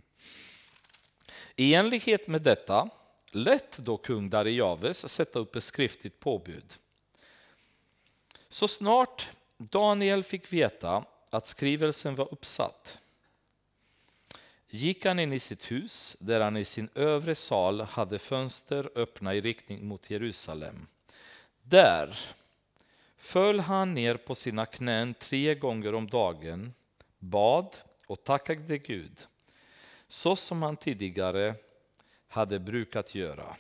I enlighet med detta lät då kung Darijaves sätta upp ett skriftligt påbud. Så snart Daniel fick veta att skrivelsen var uppsatt gick han in i sitt hus, där han i sin övre sal hade fönster öppna i riktning mot Jerusalem. Där föll han ner på sina knän tre gånger om dagen, bad och tackade Gud, så som han tidigare hade brukat göra.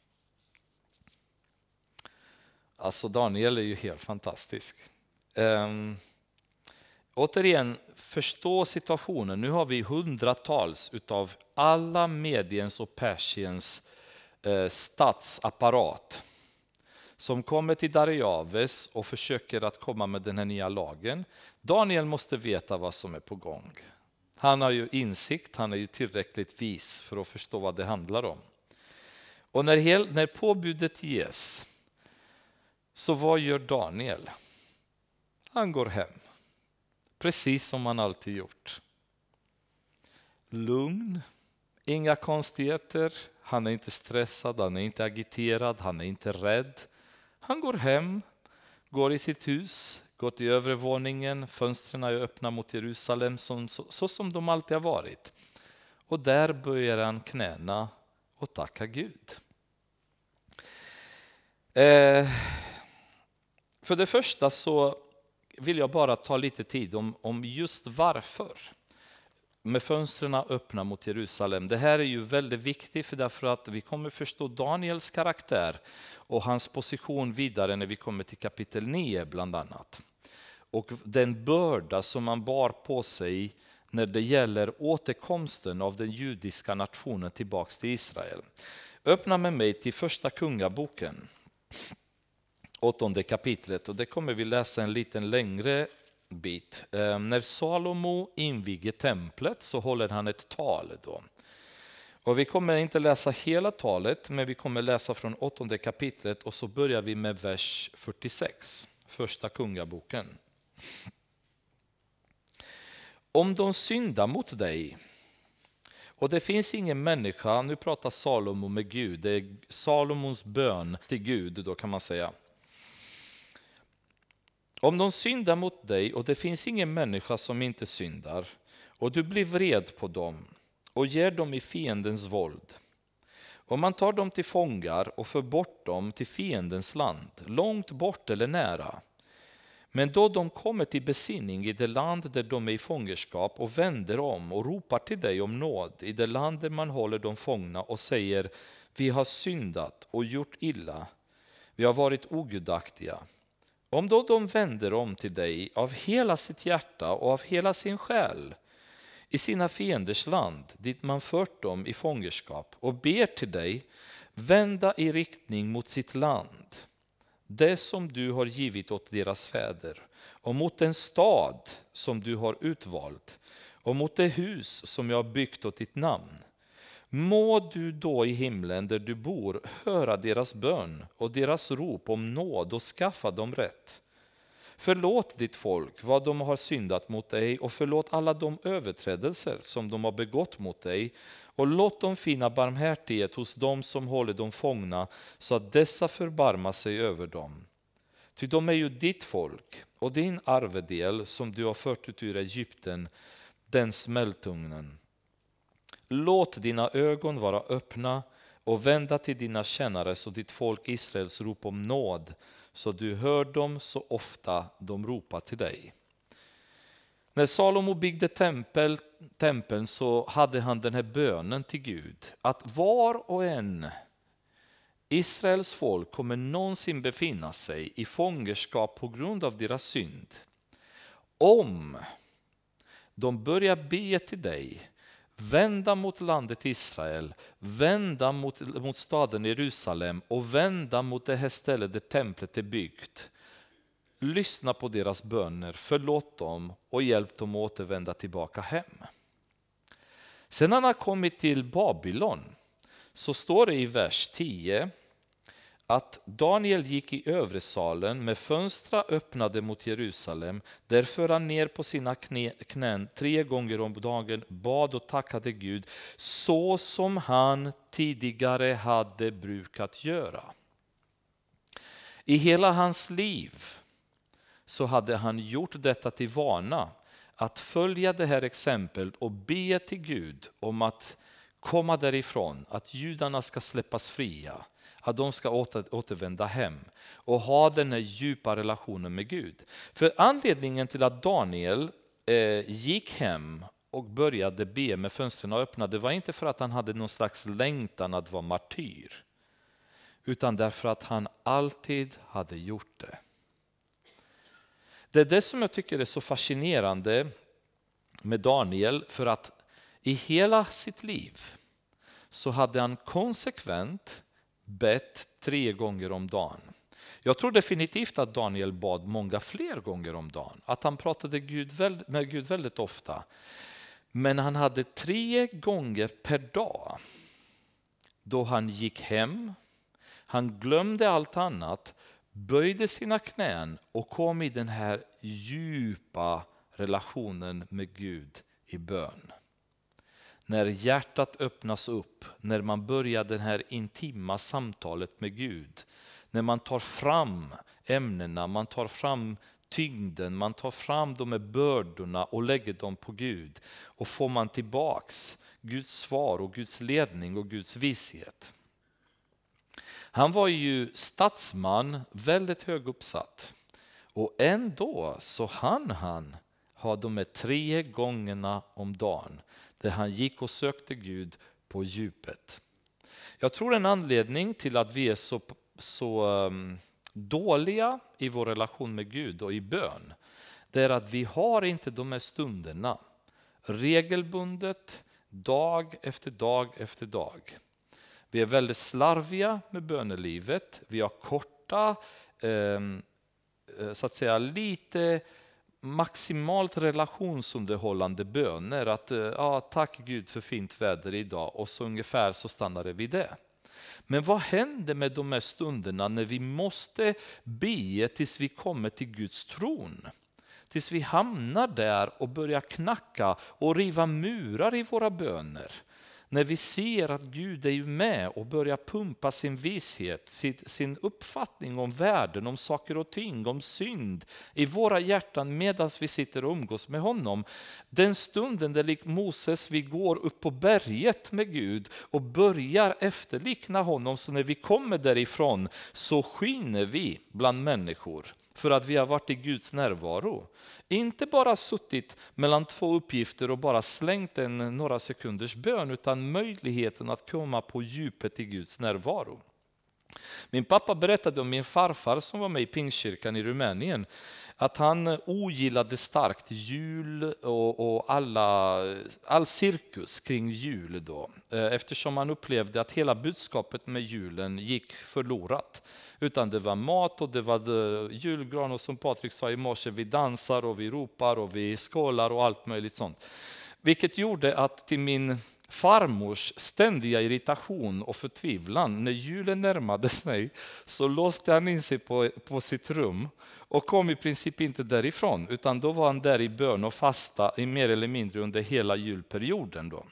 Alltså Daniel är ju helt fantastisk. Um, återigen, förstå situationen. Nu har vi hundratals utav alla Mediens och Persiens eh, statsapparat som kommer till Darijaves och försöker att komma med den här nya lagen. Daniel måste veta vad som är på gång. Han har ju insikt, han är ju tillräckligt vis för att förstå vad det handlar om. Och när, hel, när påbudet ges, så vad gör Daniel? Han går hem, precis som han alltid gjort. Lugn, inga konstigheter, han är inte stressad, han är inte agiterad, han är inte rädd. Han går hem, går i sitt hus, går till övre våningen, fönstren är öppna mot Jerusalem som, så, så som de alltid har varit. Och där böjer han knäna och tackar Gud. Eh, för det första så vill jag bara ta lite tid om, om just varför. Med fönstren öppna mot Jerusalem. Det här är ju väldigt viktigt, för därför att vi kommer förstå Daniels karaktär och hans position vidare när vi kommer till kapitel nio bland annat. Och den börda som man bar på sig när det gäller återkomsten av den judiska nationen tillbaks till Israel. Öppna med mig till första kungaboken, åttonde kapitlet, och det kommer vi läsa en liten längre bit. Eh, när Salomo inviger templet så håller han ett tal då. Och vi kommer inte läsa hela talet, men vi kommer läsa från åttonde kapitlet, och så börjar vi med vers fyrtiosex, första kungaboken. Om de syndar mot dig, och det finns ingen människa, nu pratar Salomo med Gud, det är Salomons bön till Gud då, kan man säga. Om de syndar mot dig, och det finns ingen människa som inte syndar, och du blir vred på dem och ger dem i fiendens våld. Om man tar dem till fångar och för bort dem till fiendens land, långt bort eller nära. Men då de kommer till besinning i det land där de är i fångenskap och vänder om och ropar till dig om nåd i det land där man håller dem fångna och säger: vi har syndat och gjort illa, vi har varit ogudaktiga. Om då de vänder om till dig av hela sitt hjärta och av hela sin själ i sina fienders land, dit man fört dem i fångenskap, och ber till dig vända i riktning mot sitt land, det som du har givit åt deras fäder, och mot den stad som du har utvalt, och mot det hus som jag har byggt åt ditt namn, må du då i himlen där du bor höra deras bön och deras rop om nåd och skaffa dem rätt. Förlåt ditt folk vad de har syndat mot dig, och förlåt alla de överträdelser som de har begått mot dig, och låt dem finna barmhärtighet hos dem som håller dem fångna, så att dessa förbarmar sig över dem. Ty de är ju ditt folk och din arvedel som du har fört ut ur Egypten, den smältugnen. Låt dina ögon vara öppna och vända till dina tjänares och ditt folk Israels rop om nåd, så du hör dem så ofta de ropar till dig. När Salomo byggde tempel, tempeln så hade han den här bönen till Gud, att var och en Israels folk kommer någonsin befinna sig i fångenskap på grund av deras synd. Om de börjar be till dig, vända mot landet Israel, vända mot, mot staden Jerusalem och vända mot det här stället där templet är byggt. Lyssna på deras böner, förlåt dem och hjälp dem att återvända tillbaka hem. Sen när han har kommit till Babylon så står det i vers tio att Daniel gick i övre salen med fönster öppnade mot Jerusalem. Där föll han ner på sina knä, knän tre gånger om dagen, bad och tackade Gud så som han tidigare hade brukat göra. I hela hans liv så hade han gjort detta till vana att följa det här exemplet och be till Gud om att komma därifrån, att judarna ska släppas fria, att de ska åter, återvända hem och ha den här djupa relationen med Gud. För anledningen till att Daniel eh, gick hem och började be med fönstren öppnade var inte för att han hade någon slags längtan att vara martyr, utan därför att han alltid hade gjort det. Det är det som jag tycker är så fascinerande med Daniel, för att i hela sitt liv så hade han konsekvent bett tre gånger om dagen. Jag tror definitivt att Daniel bad många fler gånger om dagen, att han pratade Gud med Gud väldigt ofta. Men han hade tre gånger per dag då han gick hem, han glömde allt annat, böjde sina knän och kom i den här djupa relationen med Gud i bön. När hjärtat öppnas upp, när man börjar det här intima samtalet med Gud, när man tar fram ämnena, man tar fram tyngden, man tar fram de här bördorna och lägger dem på Gud, och får man tillbaks Guds svar och Guds ledning och Guds vishet. Han var ju statsman, väldigt hög uppsatt, och ändå så hann han ha de här tre gångerna om dagen där han gick och sökte Gud på djupet. Jag tror en anledning till att vi är så, så um, dåliga i vår relation med Gud och i bön, det är att vi har inte de här stunderna regelbundet, dag efter dag efter dag. Vi är väldigt slarviga med bönelivet. Vi har korta, eh, så att säga lite maximalt relationsunderhållande böner. Att ja, tack Gud för fint väder idag, och så ungefär så stannar det vid det. Men vad händer med de här stunderna när vi måste be tills vi kommer till Guds tron? Tills vi hamnar där och börjar knacka och riva murar i våra böner. När vi ser att Gud är ju med och börjar pumpa sin vishet, sin, sin uppfattning om världen, om saker och ting, om synd i våra hjärtan medan vi sitter och umgås med honom. Den stunden där likt Moses vi går upp på berget med Gud och börjar efterlikna honom, så när vi kommer därifrån så skiner vi bland människor. För att vi har varit i Guds närvaro. Inte bara suttit mellan två uppgifter och bara slängt en några sekunders bön, utan möjligheten att komma på djupet i Guds närvaro. Min pappa berättade om min farfar som var med i Pingstkyrkan i Rumänien, att han ogillade starkt jul och, och alla, all cirkus kring jul då. Eftersom han upplevde att hela budskapet med julen gick förlorat. Utan det var mat och det var julgran, och som Patrik sa i morse, vi dansar och vi ropar och vi skålar och allt möjligt sånt. Vilket gjorde att till min farmors ständiga irritation och förtvivlan, när julen närmade sig så låste han in sig på, på sitt rum och kom i princip inte därifrån, utan då var han där i bön och fasta i mer eller mindre under hela julperioden då.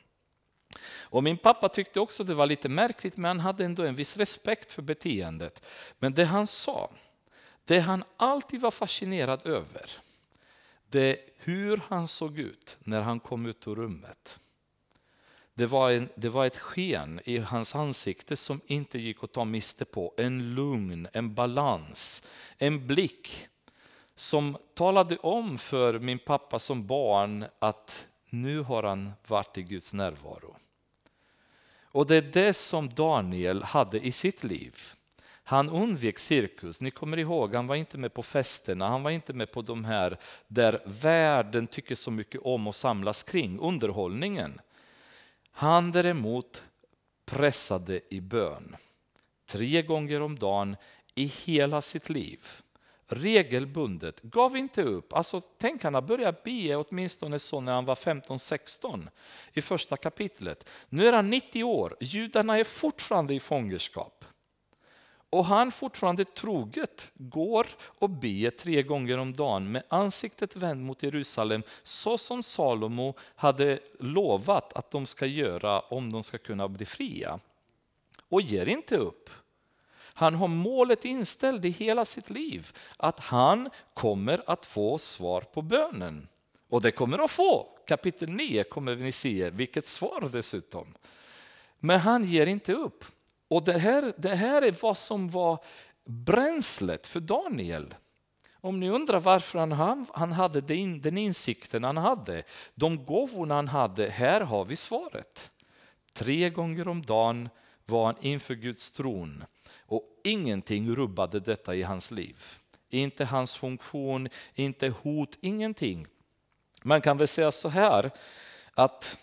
Och min pappa tyckte också det var lite märkligt, men han hade ändå en viss respekt för beteendet. Men det han sa, det han alltid var fascinerad över, det är hur han såg ut när han kom ut ur rummet. Det var, en, det var ett sken i hans ansikte som inte gick att ta miste på. En lugn, en balans, en blick som talade om för min pappa som barn att nu har han varit i Guds närvaro. Och det är det som Daniel hade i sitt liv. Han undvek cirkus. Ni kommer ihåg, han var inte med på festerna. Han var inte med på de här där världen tycker så mycket om att samlas kring. Underhållningen. Han däremot pressade i bön. Tre gånger om dagen i hela sitt liv. Regelbundet. Gav inte upp. Alltså, tänk, han har börjat be åtminstone så när han var femton sexton i första kapitlet. Nu är han nittio år. Judarna är fortfarande i fångenskap. Och han fortfarande troget går och ber tre gånger om dagen med ansiktet vänd mot Jerusalem, så som Salomo hade lovat att de ska göra om de ska kunna bli fria. Och ger inte upp. Han har målet inställt i hela sitt liv att han kommer att få svar på bönen. Och det kommer att få. Kapitel nio kommer vi se vilket svar dessutom. Men han ger inte upp. Och det här, det här är vad som var bränslet för Daniel. Om ni undrar varför han, han hade den, den insikten han hade, de gåvorna han hade, här har vi svaret. Tre gånger om dagen var han inför Guds tron. Och ingenting rubbade detta i hans liv. Inte hans funktion, inte hot, ingenting. Man kan väl säga så här att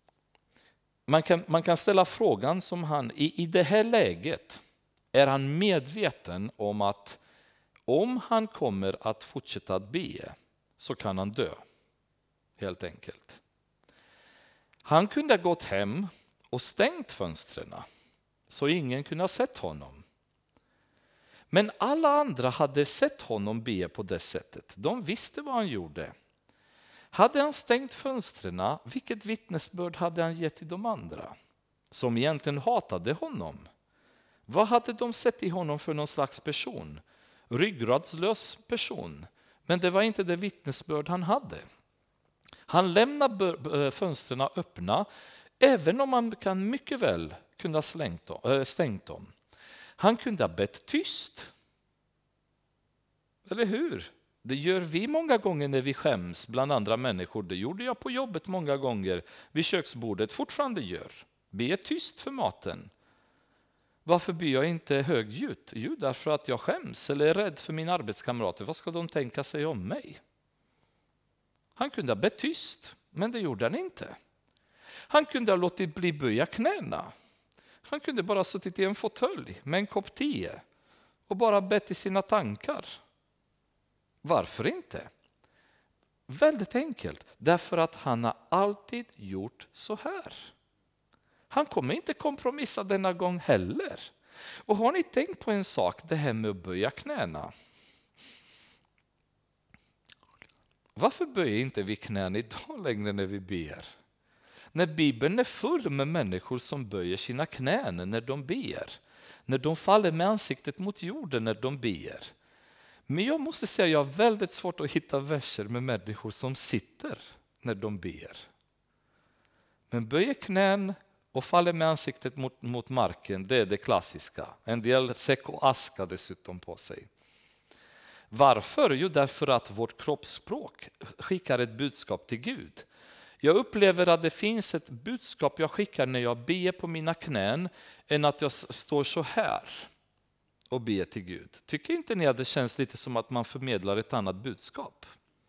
man kan, man kan ställa frågan som han, i, i det här läget är han medveten om att om han kommer att fortsätta att be så kan han dö. Helt enkelt. Han kunde ha gått hem och stängt fönstren så ingen kunde ha sett honom. Men alla andra hade sett honom be på det sättet. De visste vad han gjorde. Hade han stängt fönstren, vilket vittnesbörd hade han gett till de andra? Som egentligen hatade honom. Vad hade de sett i honom för någon slags person? Ryggradslös person. Men det var inte det vittnesbörd han hade. Han lämnade fönstren öppna, även om man kan mycket väl kunna ha slängt dem, äh, stängt dem. Han kunde ha bett tyst. Eller hur? Det gör vi många gånger när vi skäms bland andra människor. Det gjorde jag på jobbet många gånger. Vid köksbordet fortfarande gör. Be tyst för maten. Varför ber jag inte högljutt? Jo, därför att jag skäms eller är rädd för mina arbetskamrater. Vad ska de tänka sig om mig? Han kunde ha bett tyst, men det gjorde han inte. Han kunde ha låtit bli böja knäna. Han kunde bara suttit i en fåtölj med en kopp te och bara bett i sina tankar. Varför inte? Väldigt enkelt. Därför att han har alltid gjort så här. Han kommer inte kompromissa denna gång heller. Och har ni tänkt på en sak, det här med att böja knäna? Varför böjer inte vi knän idag längre när vi ber? När Bibeln är full med människor som böjer sina knän när de ber. När de faller med ansiktet mot jorden när de ber. Men jag måste säga att jag har väldigt svårt att hitta verser med människor som sitter när de ber. Men böjer knän och faller med ansiktet mot, mot marken, det är det klassiska. En del säck och aska dessutom på sig. Varför? Jo, därför att vårt kroppsspråk skickar ett budskap till Gud. Jag upplever att det finns ett budskap jag skickar när jag ber på mina knän än att jag står så här och ber till Gud. Tycker inte ni att det känns lite som att man förmedlar ett annat budskap?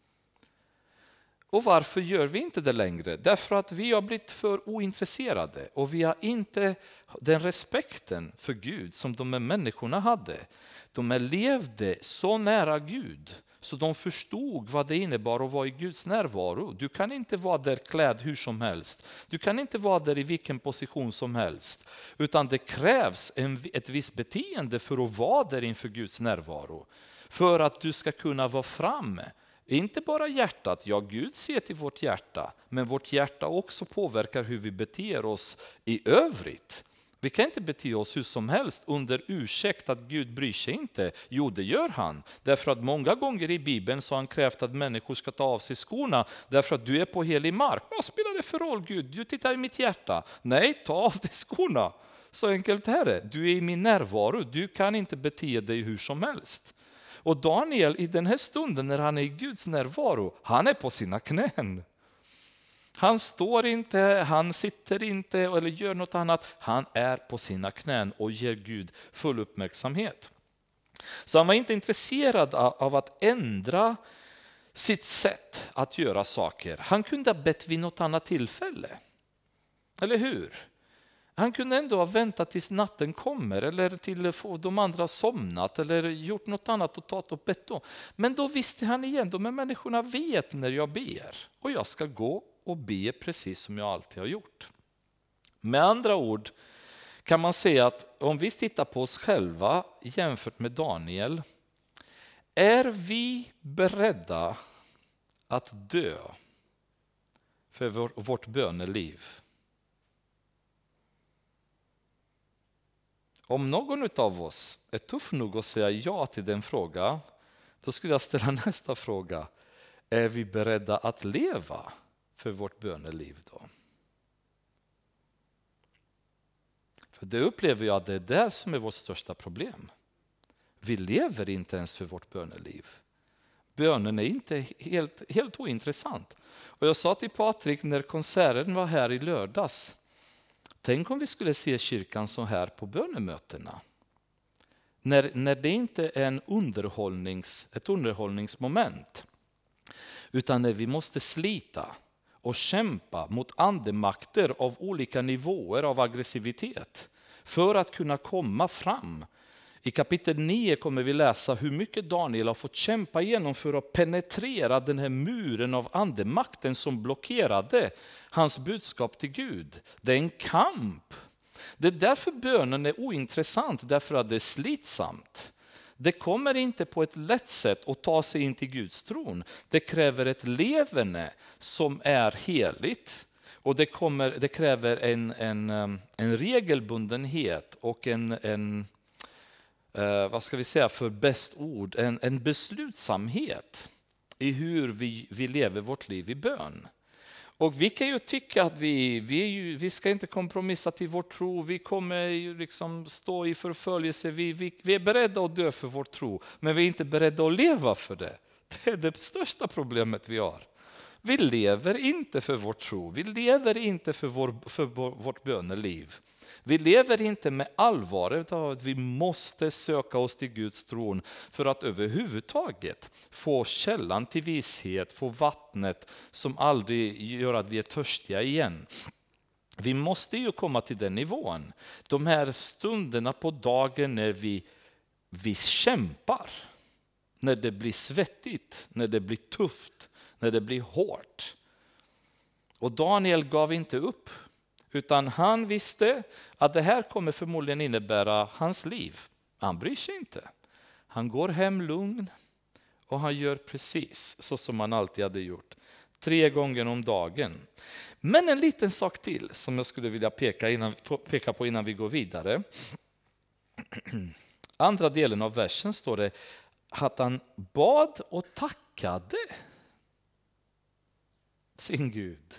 Och varför gör vi inte det längre? Därför att vi har blivit för ointresserade och vi har inte den respekten för Gud som de här människorna hade. De levde så nära Gud så de förstod vad det innebar att vara i Guds närvaro. Du kan inte vara där klädd hur som helst. Du kan inte vara där i vilken position som helst. Utan det krävs en, ett visst beteende för att vara där inför Guds närvaro. För att du ska kunna vara framme. Inte bara hjärtat, ja Gud ser till vårt hjärta, men vårt hjärta också påverkar hur vi beter oss i övrigt. Vi kan inte bete oss hur som helst under ursäkt att Gud bryr sig inte. Jo, det gör han. Därför att många gånger i Bibeln så har han krävt att människor ska ta av sig skorna därför att du är på helig mark. Vad spelar det för roll Gud? Du tittar i mitt hjärta. Nej, ta av dig skorna. Så enkelt är det. Du är i min närvaro. Du kan inte bete dig hur som helst. Och Daniel i den här stunden när han är i Guds närvaro, han är på sina knän. Han står inte, han sitter inte eller gör något annat. Han är på sina knän och ger Gud full uppmärksamhet. Så han var inte intresserad av att ändra sitt sätt att göra saker. Han kunde ha bett vid något annat tillfälle. Eller hur? Han kunde ändå ha väntat tills natten kommer eller till de andra somnat eller gjort något annat och tagit och bett då. Men då visste han igen, de här människorna vet när jag ber och jag ska gå och be precis som jag alltid har gjort. Med andra ord kan man säga att om vi tittar på oss själva jämfört med Daniel, är vi beredda att dö för vårt böneliv? Om någon av oss är tuff nog att säga ja till den frågan, då skulle jag ställa nästa fråga. Är vi beredda att leva för vårt böneliv då? För det upplever jag att det är där som är vårt största problem. Vi lever inte ens för vårt böneliv. Bönen är inte helt, helt ointressant. Och jag sa till Patrik när konserten var här i lördags, tänk om vi skulle se kyrkan så här på bönemötena. När, när det inte är en underhållnings, ett underhållningsmoment, utan när vi måste slita och kämpa mot andemakter av olika nivåer av aggressivitet för att kunna komma fram. I kapitel nio kommer vi läsa hur mycket Daniel har fått kämpa igenom för att penetrera den här muren av andemakten som blockerade hans budskap till Gud. Det är en kamp. Det är därför bönen är ointressant, därför att det är slitsamt. Det kommer inte på ett lätt sätt att ta sig in till Guds tron. Det kräver ett levande som är heligt. Och det, kommer, det kräver en, en, en regelbundenhet och en, en Uh, vad ska vi säga för bäst ord, en, en beslutsamhet i hur vi, vi lever vårt liv i bön. Och vi kan ju tycka att vi, vi, är ju, vi ska inte kompromissa till vår tro, vi kommer ju liksom stå i förföljelse, vi, vi, vi är beredda att dö för vår tro, men vi är inte beredda att leva för det. Det är det största problemet vi har. Vi lever inte för vår tro, vi lever inte för, vår, för vår, vårt böneliv. Vi lever inte med allvaret av att vi måste söka oss till Guds tron för att överhuvudtaget få källan till vishet, få vattnet som aldrig gör att vi är törstiga igen. Vi måste ju komma till den nivån. De här stunderna på dagen när vi, vi kämpar, när det blir svettigt, när det blir tufft, när det blir hårt. Och Daniel gav inte upp. Utan han visste att det här kommer förmodligen innebära hans liv. Han bryr sig inte. Han går hem lugn och han gör precis så som han alltid hade gjort. Tre gånger om dagen. Men en liten sak till som jag skulle vilja peka, innan, peka på innan vi går vidare. Andra delen av versen står det att han bad och tackade sin Gud.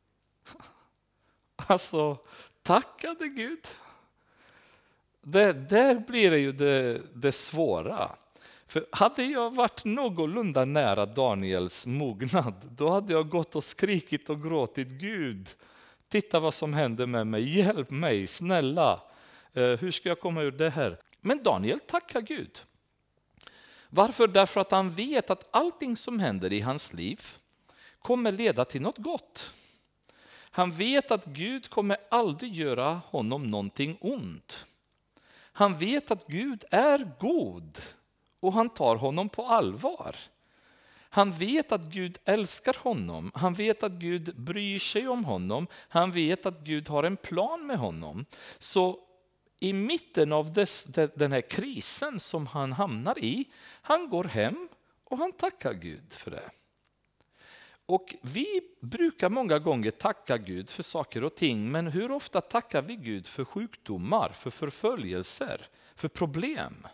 Alltså, tackade Gud. Det, där blir det ju det, det svåra. För hade jag varit någorlunda nära Daniels mognad, då hade jag gått och skrikit och gråtit. Gud, titta vad som händer med mig. Hjälp mig, snälla. Eh, hur ska jag komma ur det här? Men Daniel tackar Gud. Varför? Därför att han vet att allting som händer i hans liv kommer leda till något gott. Han vet att Gud kommer aldrig göra honom någonting ont. Han vet att Gud är god och han tar honom på allvar. Han vet att Gud älskar honom. Han vet att Gud bryr sig om honom. Han vet att Gud har en plan med honom. Så i mitten av dess, den här krisen som han hamnar i, han går hem och han tackar Gud för det. Och vi brukar många gånger tacka Gud för saker och ting, men hur ofta tackar vi Gud för sjukdomar, för förföljelser, för problem?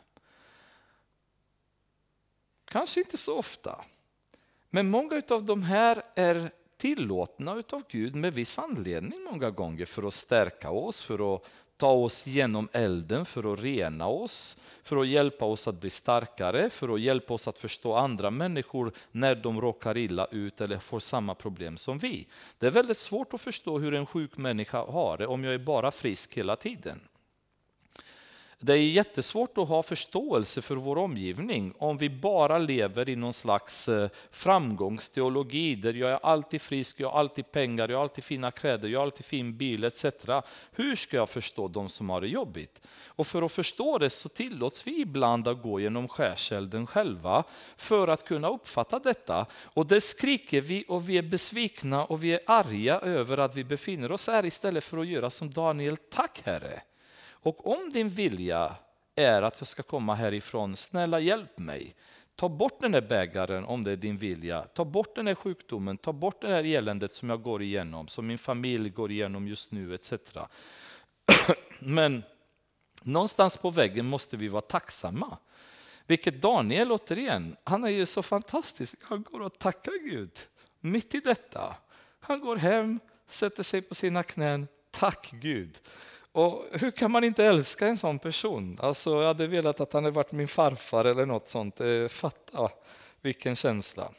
Kanske inte så ofta. Men många av de här är tillåtna av Gud med viss anledning många gånger för att stärka oss, för att ta oss genom elden för att rena oss, för att hjälpa oss att bli starkare, för att hjälpa oss att förstå andra människor när de råkar illa ut eller får samma problem som vi. Det är väldigt svårt att förstå hur en sjuk människa har det om jag är bara frisk hela tiden. Det är jättesvårt att ha förståelse för vår omgivning om vi bara lever i någon slags framgångsteologi där jag är alltid frisk, jag har alltid pengar, jag har alltid fina kläder, jag har alltid fin bil et cetera. Hur ska jag förstå de som har det jobbigt? Och för att förstå det så tillåts vi ibland att gå genom skärselden själva för att kunna uppfatta detta. Och det skriker vi och vi är besvikna och vi är arga över att vi befinner oss här istället för att göra som Daniel, tack Herre. Och om din vilja är att jag ska komma härifrån, snälla hjälp mig. Ta bort den här bägaren om det är din vilja. Ta bort den här sjukdomen, ta bort det här eländet som jag går igenom, som min familj går igenom just nu et cetera. Men någonstans på väggen måste vi vara tacksamma. Vilket Daniel återigen, han är ju så fantastisk. Han går och tackar Gud mitt i detta. Han går hem, sätter sig på sina knän, tack Gud. Och hur kan man inte älska en sån person? Alltså jag hade velat att han hade varit min farfar eller något sånt. Fatta vilken känsla.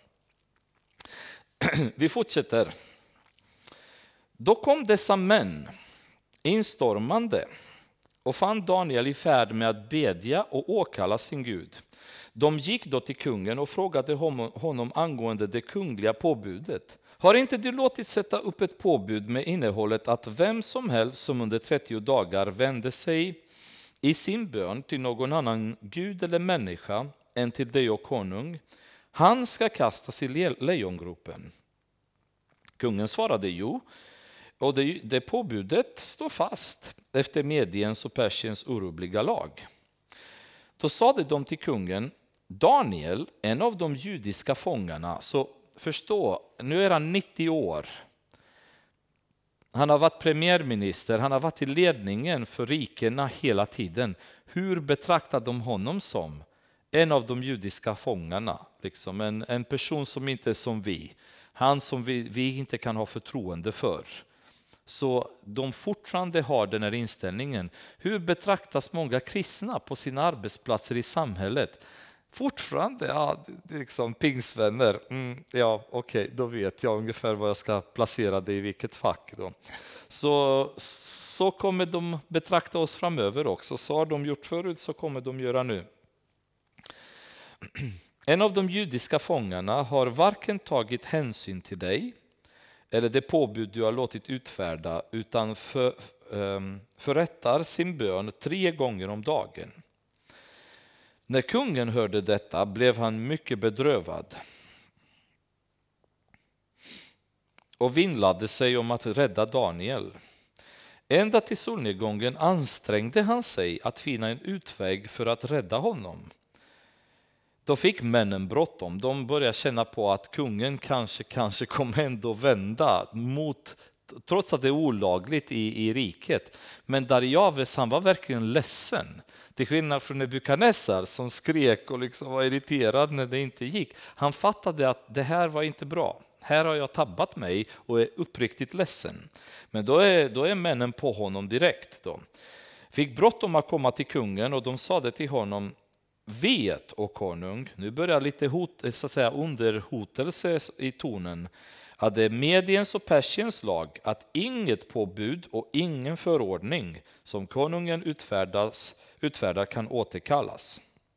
Vi fortsätter. Då kom dessa män instormande och fann Daniel i färd med att bedja och åkalla sin Gud. De gick då till kungen och frågade honom angående det kungliga påbudet. Har inte du låtit sätta upp ett påbud med innehållet att vem som helst som under trettio dagar vände sig i sin bön till någon annan gud eller människa än till dig och konung, han ska kastas i lejongropen? Kungen svarade jo, och det, det påbudet står fast efter Mediens och Persiens orubbliga lag. Då sade de till kungen, Daniel, en av de judiska fångarna, så förstå, nu är han nittio år. Han har varit premiärminister, han har varit i ledningen för rikena hela tiden. Hur betraktar de honom som? En av de judiska fångarna, liksom en, en person som inte är som vi. Han som vi, vi inte kan ha förtroende för. Så de fortfarande har den här inställningen. Hur betraktas många kristna på sina arbetsplatser i samhället? Fortfarande, ja, liksom pingsvänner. Mm, ja, okej, okay, då vet jag ungefär vad jag ska placera det i vilket fack. Då. Så, så kommer de betrakta oss framöver också. Så har de gjort förut, så kommer de göra nu. En av de judiska fångarna har varken tagit hänsyn till dig eller det påbud du har låtit utfärda, utan för, um, förrättar sin bön tre gånger om dagen. När kungen hörde detta blev han mycket bedrövad och vinnlade sig om att rädda Daniel. Ända till solnedgången ansträngde han sig att finna en utväg för att rädda honom. Då fick männen bråttom. De började känna på att kungen kanske, kanske kommer ändå vända mot, trots att det är olagligt i, i riket. Men Darijaves, han var verkligen ledsen. Till skillnad från Nebukadnessar som skrek och liksom var irriterad när det inte gick. Han fattade att det här var inte bra. Här har jag tabbat mig och är uppriktigt ledsen. Men då är, då är männen på honom direkt. Då. Fick bråttom att komma till kungen och de sade till honom, vet, o konung, nu börjar lite hot, så att säga, underhotelse i tonen, att det är Mediens och Persiens lag att inget påbud och ingen förordning som konungen utfärdas, utfärdar kan återkallas.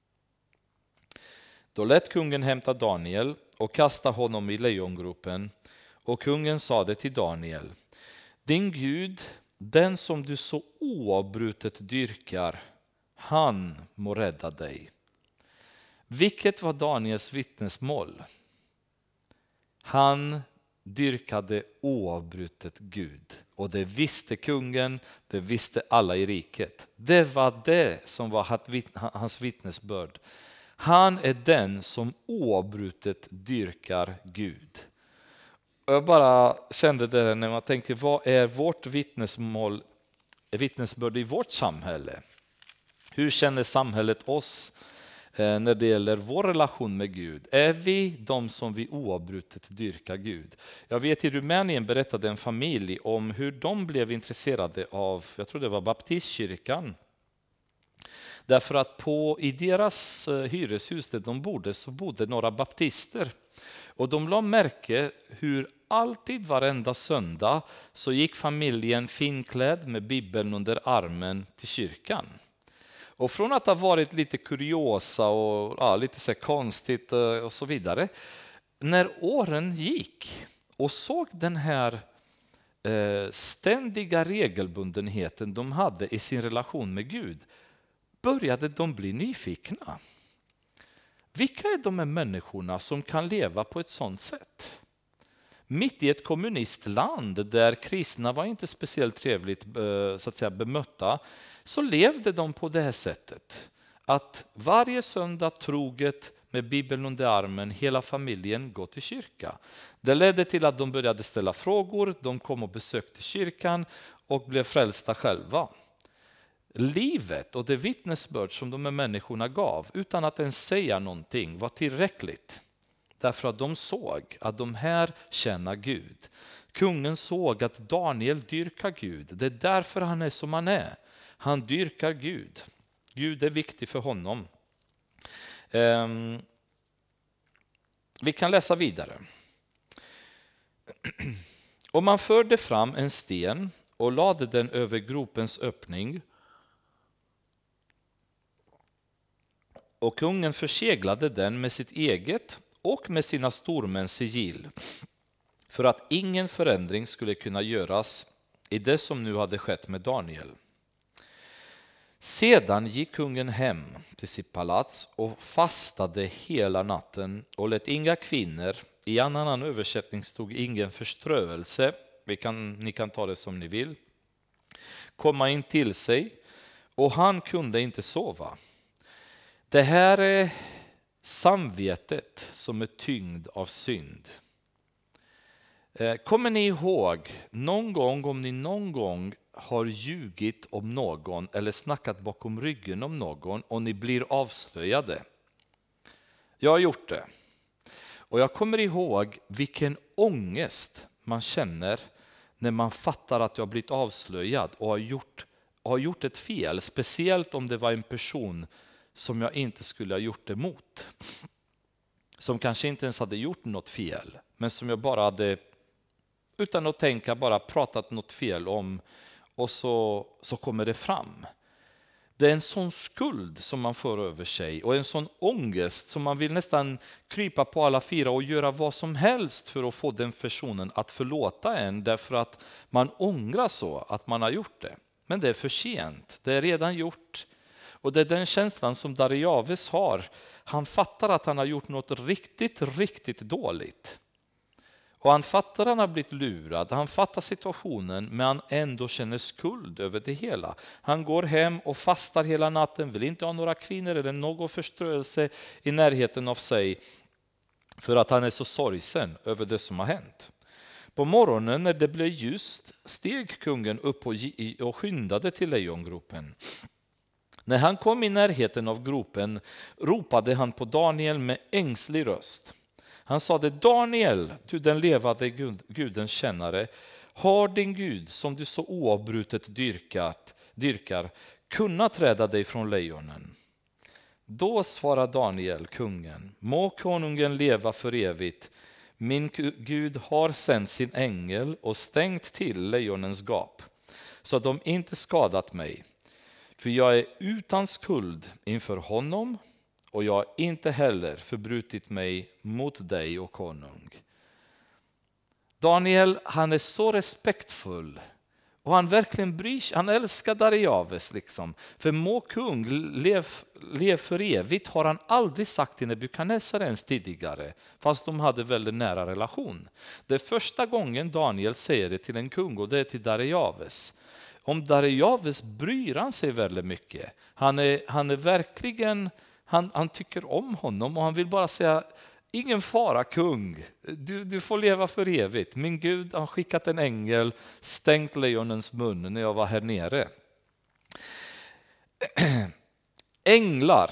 Då lät kungen hämta Daniel och kasta honom i lejongropen, och kungen sade till Daniel, din Gud, den som du så oavbrutet dyrkar, han må rädda dig. Vilket var Daniels vittnesmål? Han dyrkade oavbrutet Gud. Och det visste kungen, det visste alla i riket. Det var det som var hans vittnesbörd. Han är den som oavbrutet dyrkar Gud. Och jag bara kände det när man tänkte, vad är vårt vittnesmål, vittnesbörd i vårt samhälle? Hur känner samhället oss? eh, när det gäller vår relation med Gud? Är vi de som vi oavbrutet dyrkar Gud? Jag vet i Rumänien berättade en familj om hur de blev intresserade av, jag tror det var baptistkyrkan. Därför att på, i deras eh, hyreshus där de bodde så bodde några baptister. Och de la märke hur alltid varenda söndag så gick familjen finklädd med Bibeln under armen till kyrkan. Och från att ha varit lite kuriosa och ja, lite så konstigt och så vidare. När åren gick och såg den här eh, ständiga regelbundenheten de hade i sin relation med Gud, började de bli nyfikna. Vilka är de här människorna som kan leva på ett sådant sätt? Mitt i ett kommunistland där kristna var inte speciellt trevligt så att säga, bemötta, så levde de på det här sättet. Att varje söndag troget med Bibeln under armen, hela familjen går till kyrka. Det ledde till att de började ställa frågor, de kom och besökte kyrkan och blev frälsta själva. Livet och det vittnesbörd som de här människorna gav utan att ens säga någonting var tillräckligt. Därför att de såg att de här känner Gud. Kungen såg att Daniel dyrkar Gud. Det är därför han är som han är. Han dyrkar Gud. Gud är viktig för honom. Um, vi kan läsa vidare. Och man förde fram en sten och lade den över gropens öppning. Och kungen förseglade den med sitt eget och med sina stormäns sigill, för att ingen förändring skulle kunna göras i det som nu hade skett med Daniel. Sedan gick kungen hem till sitt palats och fastade hela natten och lät inga kvinnor, i en annan översättning stod ingen förströelse, vi kan, ni kan ta det som ni vill, komma in till sig, och han kunde inte sova. Det här är samvetet som är tyngd av synd. Kommer ni ihåg någon gång, om ni någon gång har ljugit om någon eller snackat bakom ryggen om någon och ni blir avslöjade? Jag har gjort det. Och jag kommer ihåg vilken ångest man känner när man fattar att jag har blivit avslöjad och har gjort, har gjort ett fel. Speciellt om det var en person som jag inte skulle ha gjort det mot. Som kanske inte ens hade gjort något fel, men som jag bara hade, utan att tänka, bara pratat något fel om, och så, så kommer det fram. Det är en sån skuld som man får över sig och en sån ångest som man vill nästan krypa på alla fyra och göra vad som helst för att få den personen att förlåta en, därför att man ångrar så att man har gjort det. Men det är för sent, det är redan gjort. Och det är den känslan som Darijaves har. Han fattar att han har gjort något riktigt, riktigt dåligt. Och han fattar att han har blivit lurad. Han fattar situationen, men han ändå känner skuld över det hela. Han går hem och fastar hela natten, vill inte ha några kvinnor eller någon förströelse i närheten av sig. För att han är så sorgsen över det som har hänt. På morgonen när det blev ljust steg kungen upp och skyndade till lejongropen. När han kom i närheten av gropen ropade han på Daniel med ängslig röst. Han sade: Daniel, du den levande Gud, Gudens kännare, har din Gud som du så oavbrutet dyrkat, dyrkar kunnat rädda dig från lejonen? Då svarade Daniel kungen: må konungen leva för evigt. Min Gud har sänt sin ängel och stängt till lejonens gap, så att de inte skadat mig. För jag är utan skuld inför honom, och jag har inte heller förbrutit mig mot dig och konung. Daniel, han är så respektfull. Och han verkligen bryr sig. Han älskar Darijaves liksom. För må kung lev, lev för evigt har han aldrig sagt till Nebukadnessar ens tidigare. Fast de hade väldigt nära relation. Det är första gången Daniel säger det till en kung, och det är till Darijaves. Om Darijaves bryr han sig väldigt mycket. Han är, han är verkligen, han, han tycker om honom och han vill bara säga: ingen fara kung, du, du får leva för evigt. Min Gud har skickat en ängel, stängt lejonens mun när jag var här nere. Änglar,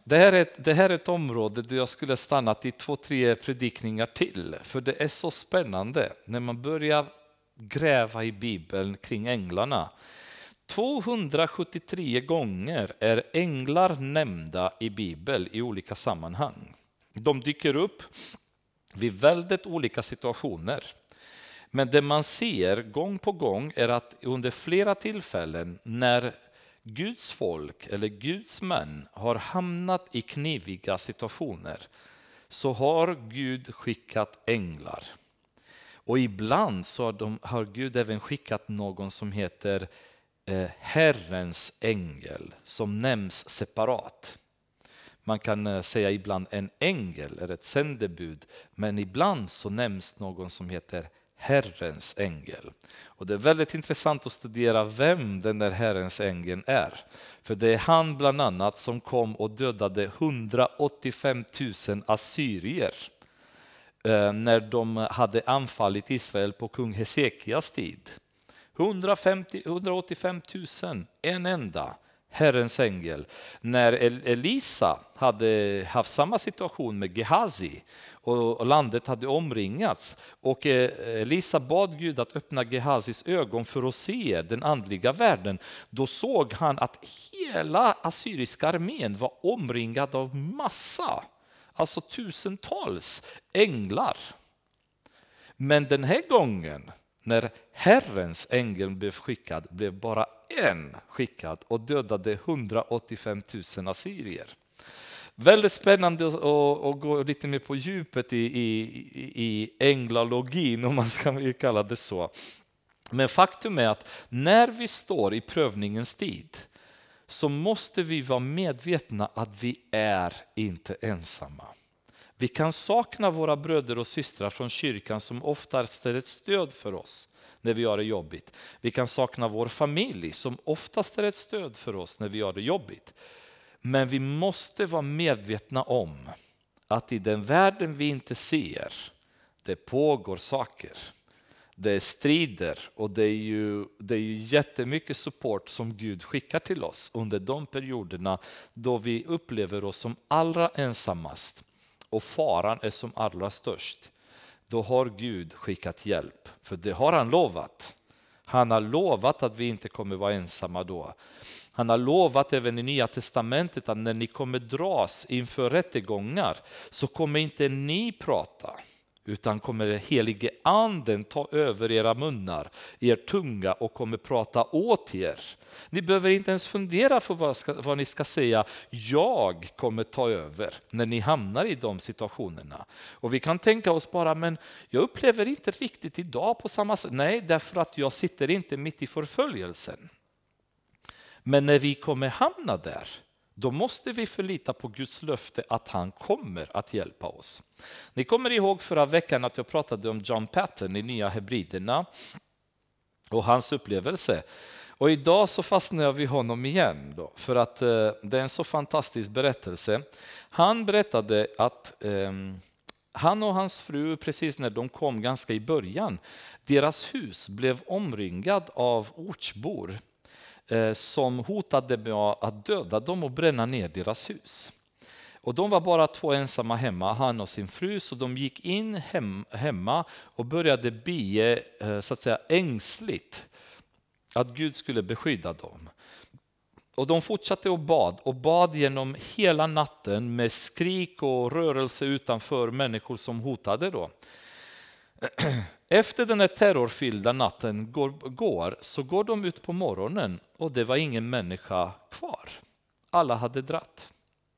Det här, är ett, det här är ett område där jag skulle stannat i två, tre predikningar till. För det är så spännande när man börjar gräva i Bibeln kring änglarna. tvåhundrasjuttiotre gånger är änglar nämnda i Bibeln i olika sammanhang. De dyker upp vid väldigt olika situationer. Men det man ser gång på gång är att under flera tillfällen när Guds folk eller Guds män har hamnat i kniviga situationer så har Gud skickat änglar. Och ibland så har, de, har Gud även skickat någon som heter eh, Herrens ängel som nämns separat. Man kan eh, säga ibland en ängel eller ett sändebud, men ibland så nämns någon som heter Herrens ängel. Och det är väldigt intressant att studera vem den där Herrens ängeln är. För det är han bland annat som kom och dödade hundraåttiofem tusen assyrier eh, när de hade anfallit Israel på kung Hesekias tid. hundrafemtio, hundraåttiofem tusen, en enda Herrens ängel. När Elisa hade haft samma situation med Gehazi och landet hade omringats och Elisa bad Gud att öppna Gehazis ögon för att se den andliga världen, då såg han att hela assyriska armén var omringad av massa, alltså tusentals änglar. Men den här gången när Herrens ängel blev skickad blev bara en skickad och dödade hundraåttiofem tusen assyrier. Väldigt spännande att, att gå lite mer på djupet i, i, i änglalogin, om man ska kalla det så. Men faktum är att när vi står i prövningens tid så måste vi vara medvetna att vi är inte ensamma. Vi kan sakna våra bröder och systrar från kyrkan som oftast är ett stöd för oss när vi har det jobbigt. Vi kan sakna vår familj som oftast är ett stöd för oss när vi har det jobbigt. Men vi måste vara medvetna om att i den världen vi inte ser, det pågår saker. Det är strider och det är ju, det är ju jättemycket support som Gud skickar till oss under de perioderna då vi upplever oss som allra ensammast och faran är som allra störst. Då har Gud skickat hjälp, för det har han lovat. Han har lovat att vi inte kommer vara ensamma då. Han har lovat även i Nya testamentet att när ni kommer dras inför rättegångar så kommer inte ni prata, utan kommer den helige anden ta över era munnar, er tunga och kommer prata åt er. Ni behöver inte ens fundera för vad, ska, vad ni ska säga. Jag kommer ta över när ni hamnar i de situationerna. Och vi kan tänka oss bara, men jag upplever inte riktigt idag på samma sätt. Nej, därför att jag sitter inte mitt i förföljelsen. Men när vi kommer hamna där, då måste vi förlita på Guds löfte att han kommer att hjälpa oss. Ni kommer ihåg förra veckan att jag pratade om John Paton i Nya Hebriderna och hans upplevelse. Och idag så fastnar jag vid honom igen då, för att eh, det är en så fantastisk berättelse. Han berättade att eh, han och hans fru, precis när de kom ganska i början, deras hus blev omringad av ortsbor som hotade med att döda dem och bränna ner deras hus. Och de var bara två ensamma hemma, han och sin fru, så de gick in hem, hemma och började be så att säga ängsligt att Gud skulle beskydda dem. Och de fortsatte att bad och bad genom hela natten med skrik och rörelse utanför människor som hotade då. Efter den här terrorfyllda natten går, går, så går de ut på morgonen och det var ingen människa kvar. Alla hade dratt.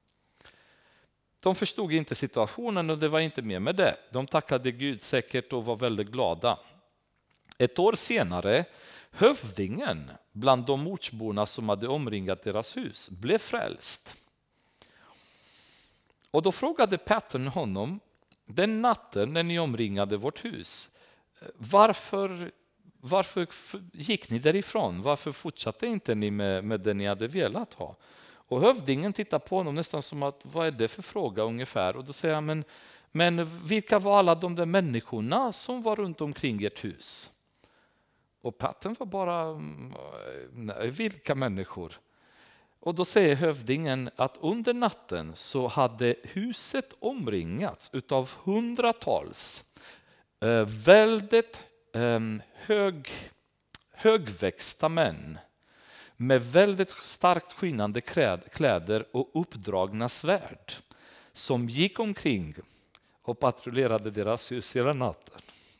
De förstod inte situationen och det var inte mer med det. De tackade Gud säkert och var väldigt glada. Ett år senare, hövdingen bland de ortsborna som hade omringat deras hus blev frälst. Och då frågade Paton honom, den natten när ni omringade vårt hus, varför, varför gick ni därifrån? Varför fortsatte inte ni med, med det ni hade velat ha? Och hövdingen tittar på honom nästan som att, vad är det för fråga ungefär? Och då säger han, men, men vilka var alla de där människorna som var runt omkring ert hus? Och Paton var bara, nej, vilka människor? Och då säger hövdingen att under natten så hade huset omringats utav hundratals eh, väldigt eh, hög, högväxta män med väldigt starkt skinande kläder och uppdragna svärd som gick omkring och patrullerade deras hus hela natten.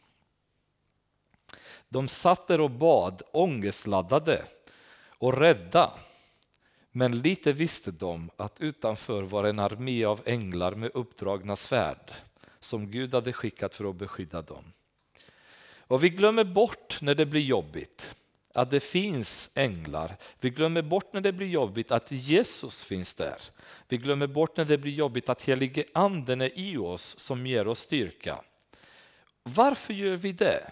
De satt där och bad, ångestladdade och rädda. Men lite visste de att utanför var en armé av änglar med uppdragna svärd som Gud hade skickat för att beskydda dem. Och vi glömmer bort när det blir jobbigt att det finns änglar. Vi glömmer bort när det blir jobbigt att Jesus finns där. Vi glömmer bort när det blir jobbigt att helige anden är i oss som ger oss styrka. Varför gör vi det?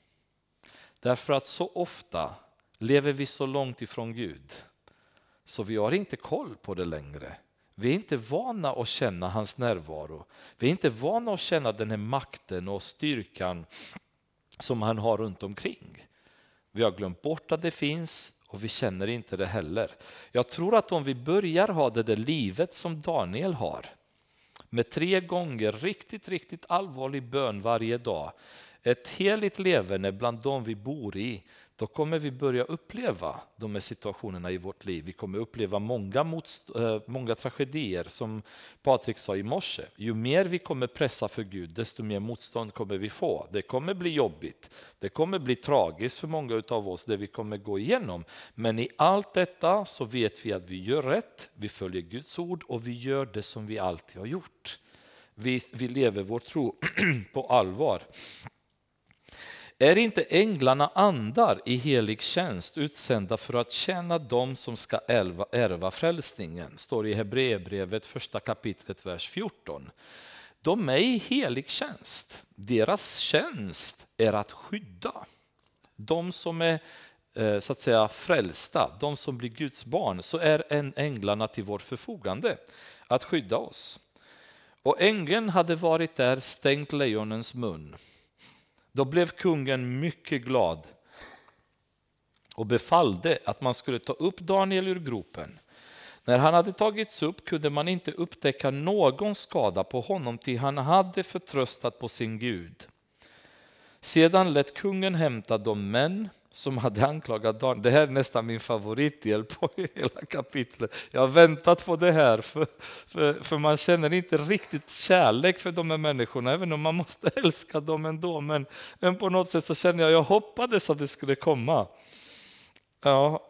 Därför att så ofta lever vi så långt ifrån Gud så vi har inte koll på det längre. Vi är inte vana att känna hans närvaro. Vi är inte vana att känna den här makten och styrkan som han har runt omkring. Vi har glömt bort att det finns och vi känner inte det heller. Jag tror att om vi börjar ha det där livet som Daniel har, med tre gånger riktigt, riktigt allvarlig bön varje dag, ett heligt levande bland dem vi bor i, då kommer vi börja uppleva de här situationerna i vårt liv. Vi kommer uppleva många, motst- äh, många tragedier som Patrik sa i morse. Ju mer vi kommer pressa för Gud, desto mer motstånd kommer vi få. Det kommer bli jobbigt. Det kommer bli tragiskt för många av oss det vi kommer gå igenom. Men i allt detta så vet vi att vi gör rätt, vi följer Guds ord och vi gör det som vi alltid har gjort. Vi, vi lever vår tro på allvar. Är inte änglarna andar i helig tjänst utsända för att tjäna dem som ska ärva, ärva frälsningen? Står i Hebreerbrevet första kapitlet vers fjorton. De är i helig tjänst. Deras tjänst är att skydda. De som är så att säga frälsta, de som blir Guds barn, så är en änglarna till vår förfogande att skydda oss. Och ängeln hade varit där, stängt lejonens mun. Då blev kungen mycket glad och befallde att man skulle ta upp Daniel ur gropen. När han hade tagits upp kunde man inte upptäcka någon skada på honom, till han hade förtröstat på sin Gud. Sedan lät kungen hämta de män som hade anklagat Daniel. Det här är nästan min favoritdel på hela kapitlet. Jag har väntat på det här för, för, för man känner inte riktigt kärlek för de här människorna, även om man måste älska dem ändå. Men, men på något sätt så känner jag, jag hoppades att det skulle komma. Ja.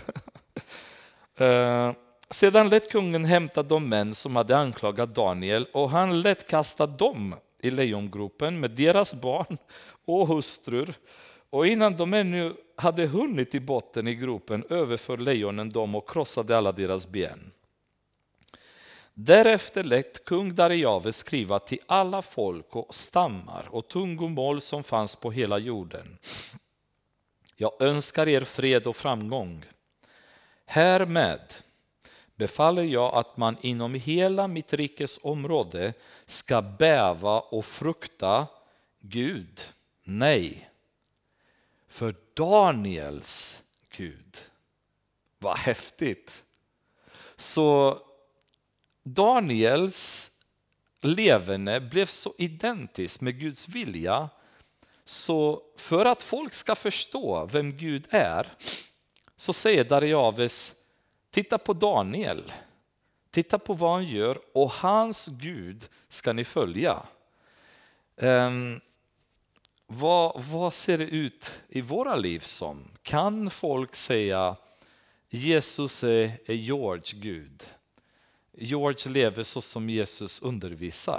uh, sedan lät kungen hämta de män som hade anklagat Daniel och han lät kasta dem i lejongropen med deras barn och hustrur. Och innan de ännu hade hunnit till botten i gropen överför lejonen dem och krossade alla deras ben. Därefter lät kung Darijaves skriva till alla folk och stammar och tungomål som fanns på hela jorden. Jag önskar er fred och framgång. Härmed befaller jag att man inom hela mitt rikes område ska bäva och frukta Gud. Nej. För Daniels Gud. Vad häftigt. Så Daniels leverne blev så identiskt med Guds vilja, så för att folk ska förstå vem Gud är så säger Darijaves: titta på Daniel, titta på vad han gör och hans Gud ska ni följa. Um, Vad, vad ser det ut i våra liv som? Kan folk säga Jesus är, är George Gud? George lever så som Jesus undervisar.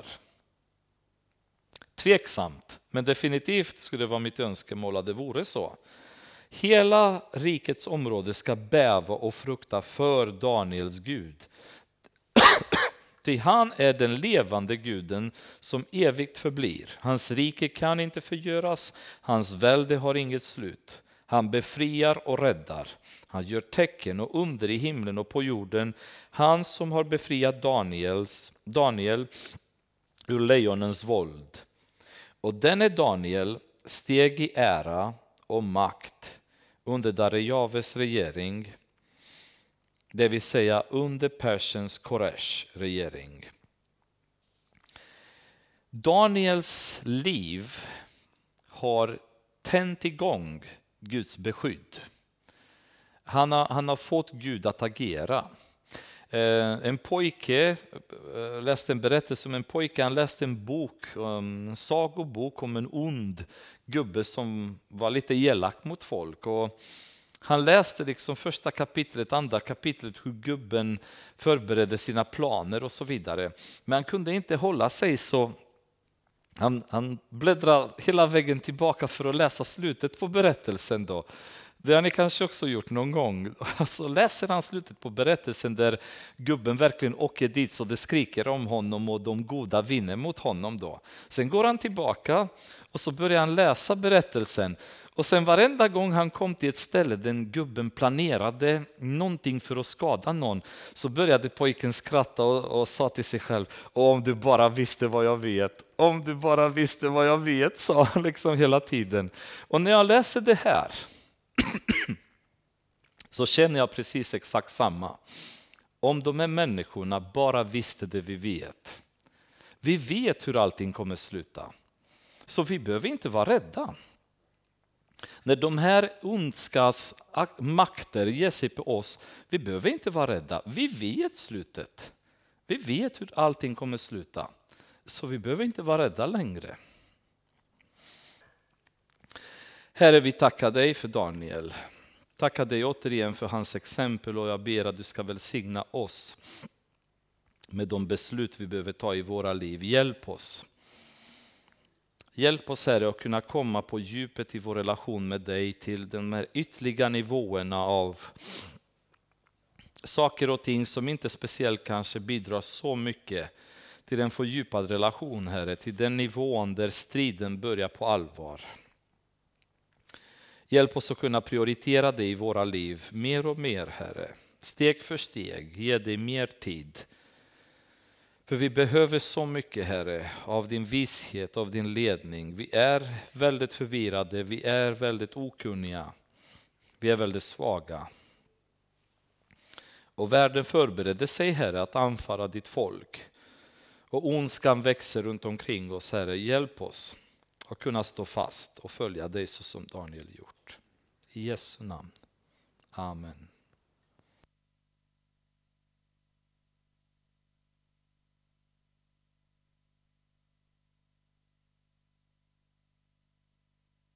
Tveksamt, men definitivt skulle det vara mitt önskemål att det vore så. Hela rikets område ska bäva och frukta för Daniels Gud. Ty han är den levande guden som evigt förblir. Hans rike kan inte förgöras, hans välde har inget slut. Han befriar och räddar. Han gör tecken och under i himlen och på jorden. Han som har befriat Daniels, Daniel ur lejonens våld. Och denne Daniel steg i ära och makt under Darijaves regering. Det vill säga under Persens Koresh regering. Daniels liv har tänt igång Guds beskydd. Han har, han har fått Gud att agera. Eh, en pojke eh, läste en berättelse om en pojke. Han läste en bok, en sagobok om en ond gubbe som var lite elak mot folk. Och han läste liksom första kapitlet, andra kapitlet, hur gubben förberedde sina planer och så vidare. Men han kunde inte hålla sig, så han, han bläddrade hela vägen tillbaka för att läsa slutet på berättelsen då. Det har ni kanske också gjort någon gång. Så läser han slutet på berättelsen där gubben verkligen åker dit så det skriker om honom och de goda vinner mot honom då. Sen går han tillbaka och så börjar han läsa berättelsen. Och sen varenda gång han kom till ett ställe där gubben planerade någonting för att skada någon, så började pojken skratta och, och sa till sig själv: om du bara visste vad jag vet, om du bara visste vad jag vet, sa han liksom hela tiden. Och när jag läser det här så känner jag precis exakt samma. Om de här människorna bara visste det vi vet. Vi vet hur allting kommer sluta. Så vi behöver inte vara rädda. När de här ondskas makter ger sig på oss, vi behöver inte vara rädda. Vi vet slutet. Vi vet hur allting kommer sluta. Så vi behöver inte vara rädda längre. Herre, vi tackar dig för Daniel. Tackar dig återigen för hans exempel, och jag ber att du ska välsigna oss med de beslut vi behöver ta i våra liv. Hjälp oss. Hjälp oss, Herre, att kunna komma på djupet i vår relation med dig, till de här ytterligare nivåerna av saker och ting som inte speciellt kanske bidrar så mycket till en fördjupad relation, Herre, till den nivån där striden börjar på allvar. Hjälp oss att kunna prioritera dig i våra liv mer och mer, Herre. Steg för steg, ge dig mer tid. För vi behöver så mycket, Herre, av din vishet, av din ledning. Vi är väldigt förvirrade, vi är väldigt okunniga, vi är väldigt svaga. Och världen förbereder sig, Herre, att anfalla ditt folk. Och ondskan växer runt omkring oss, Herre. Hjälp oss att kunna stå fast och följa dig så som Daniel gjort. I Jesu namn. Amen.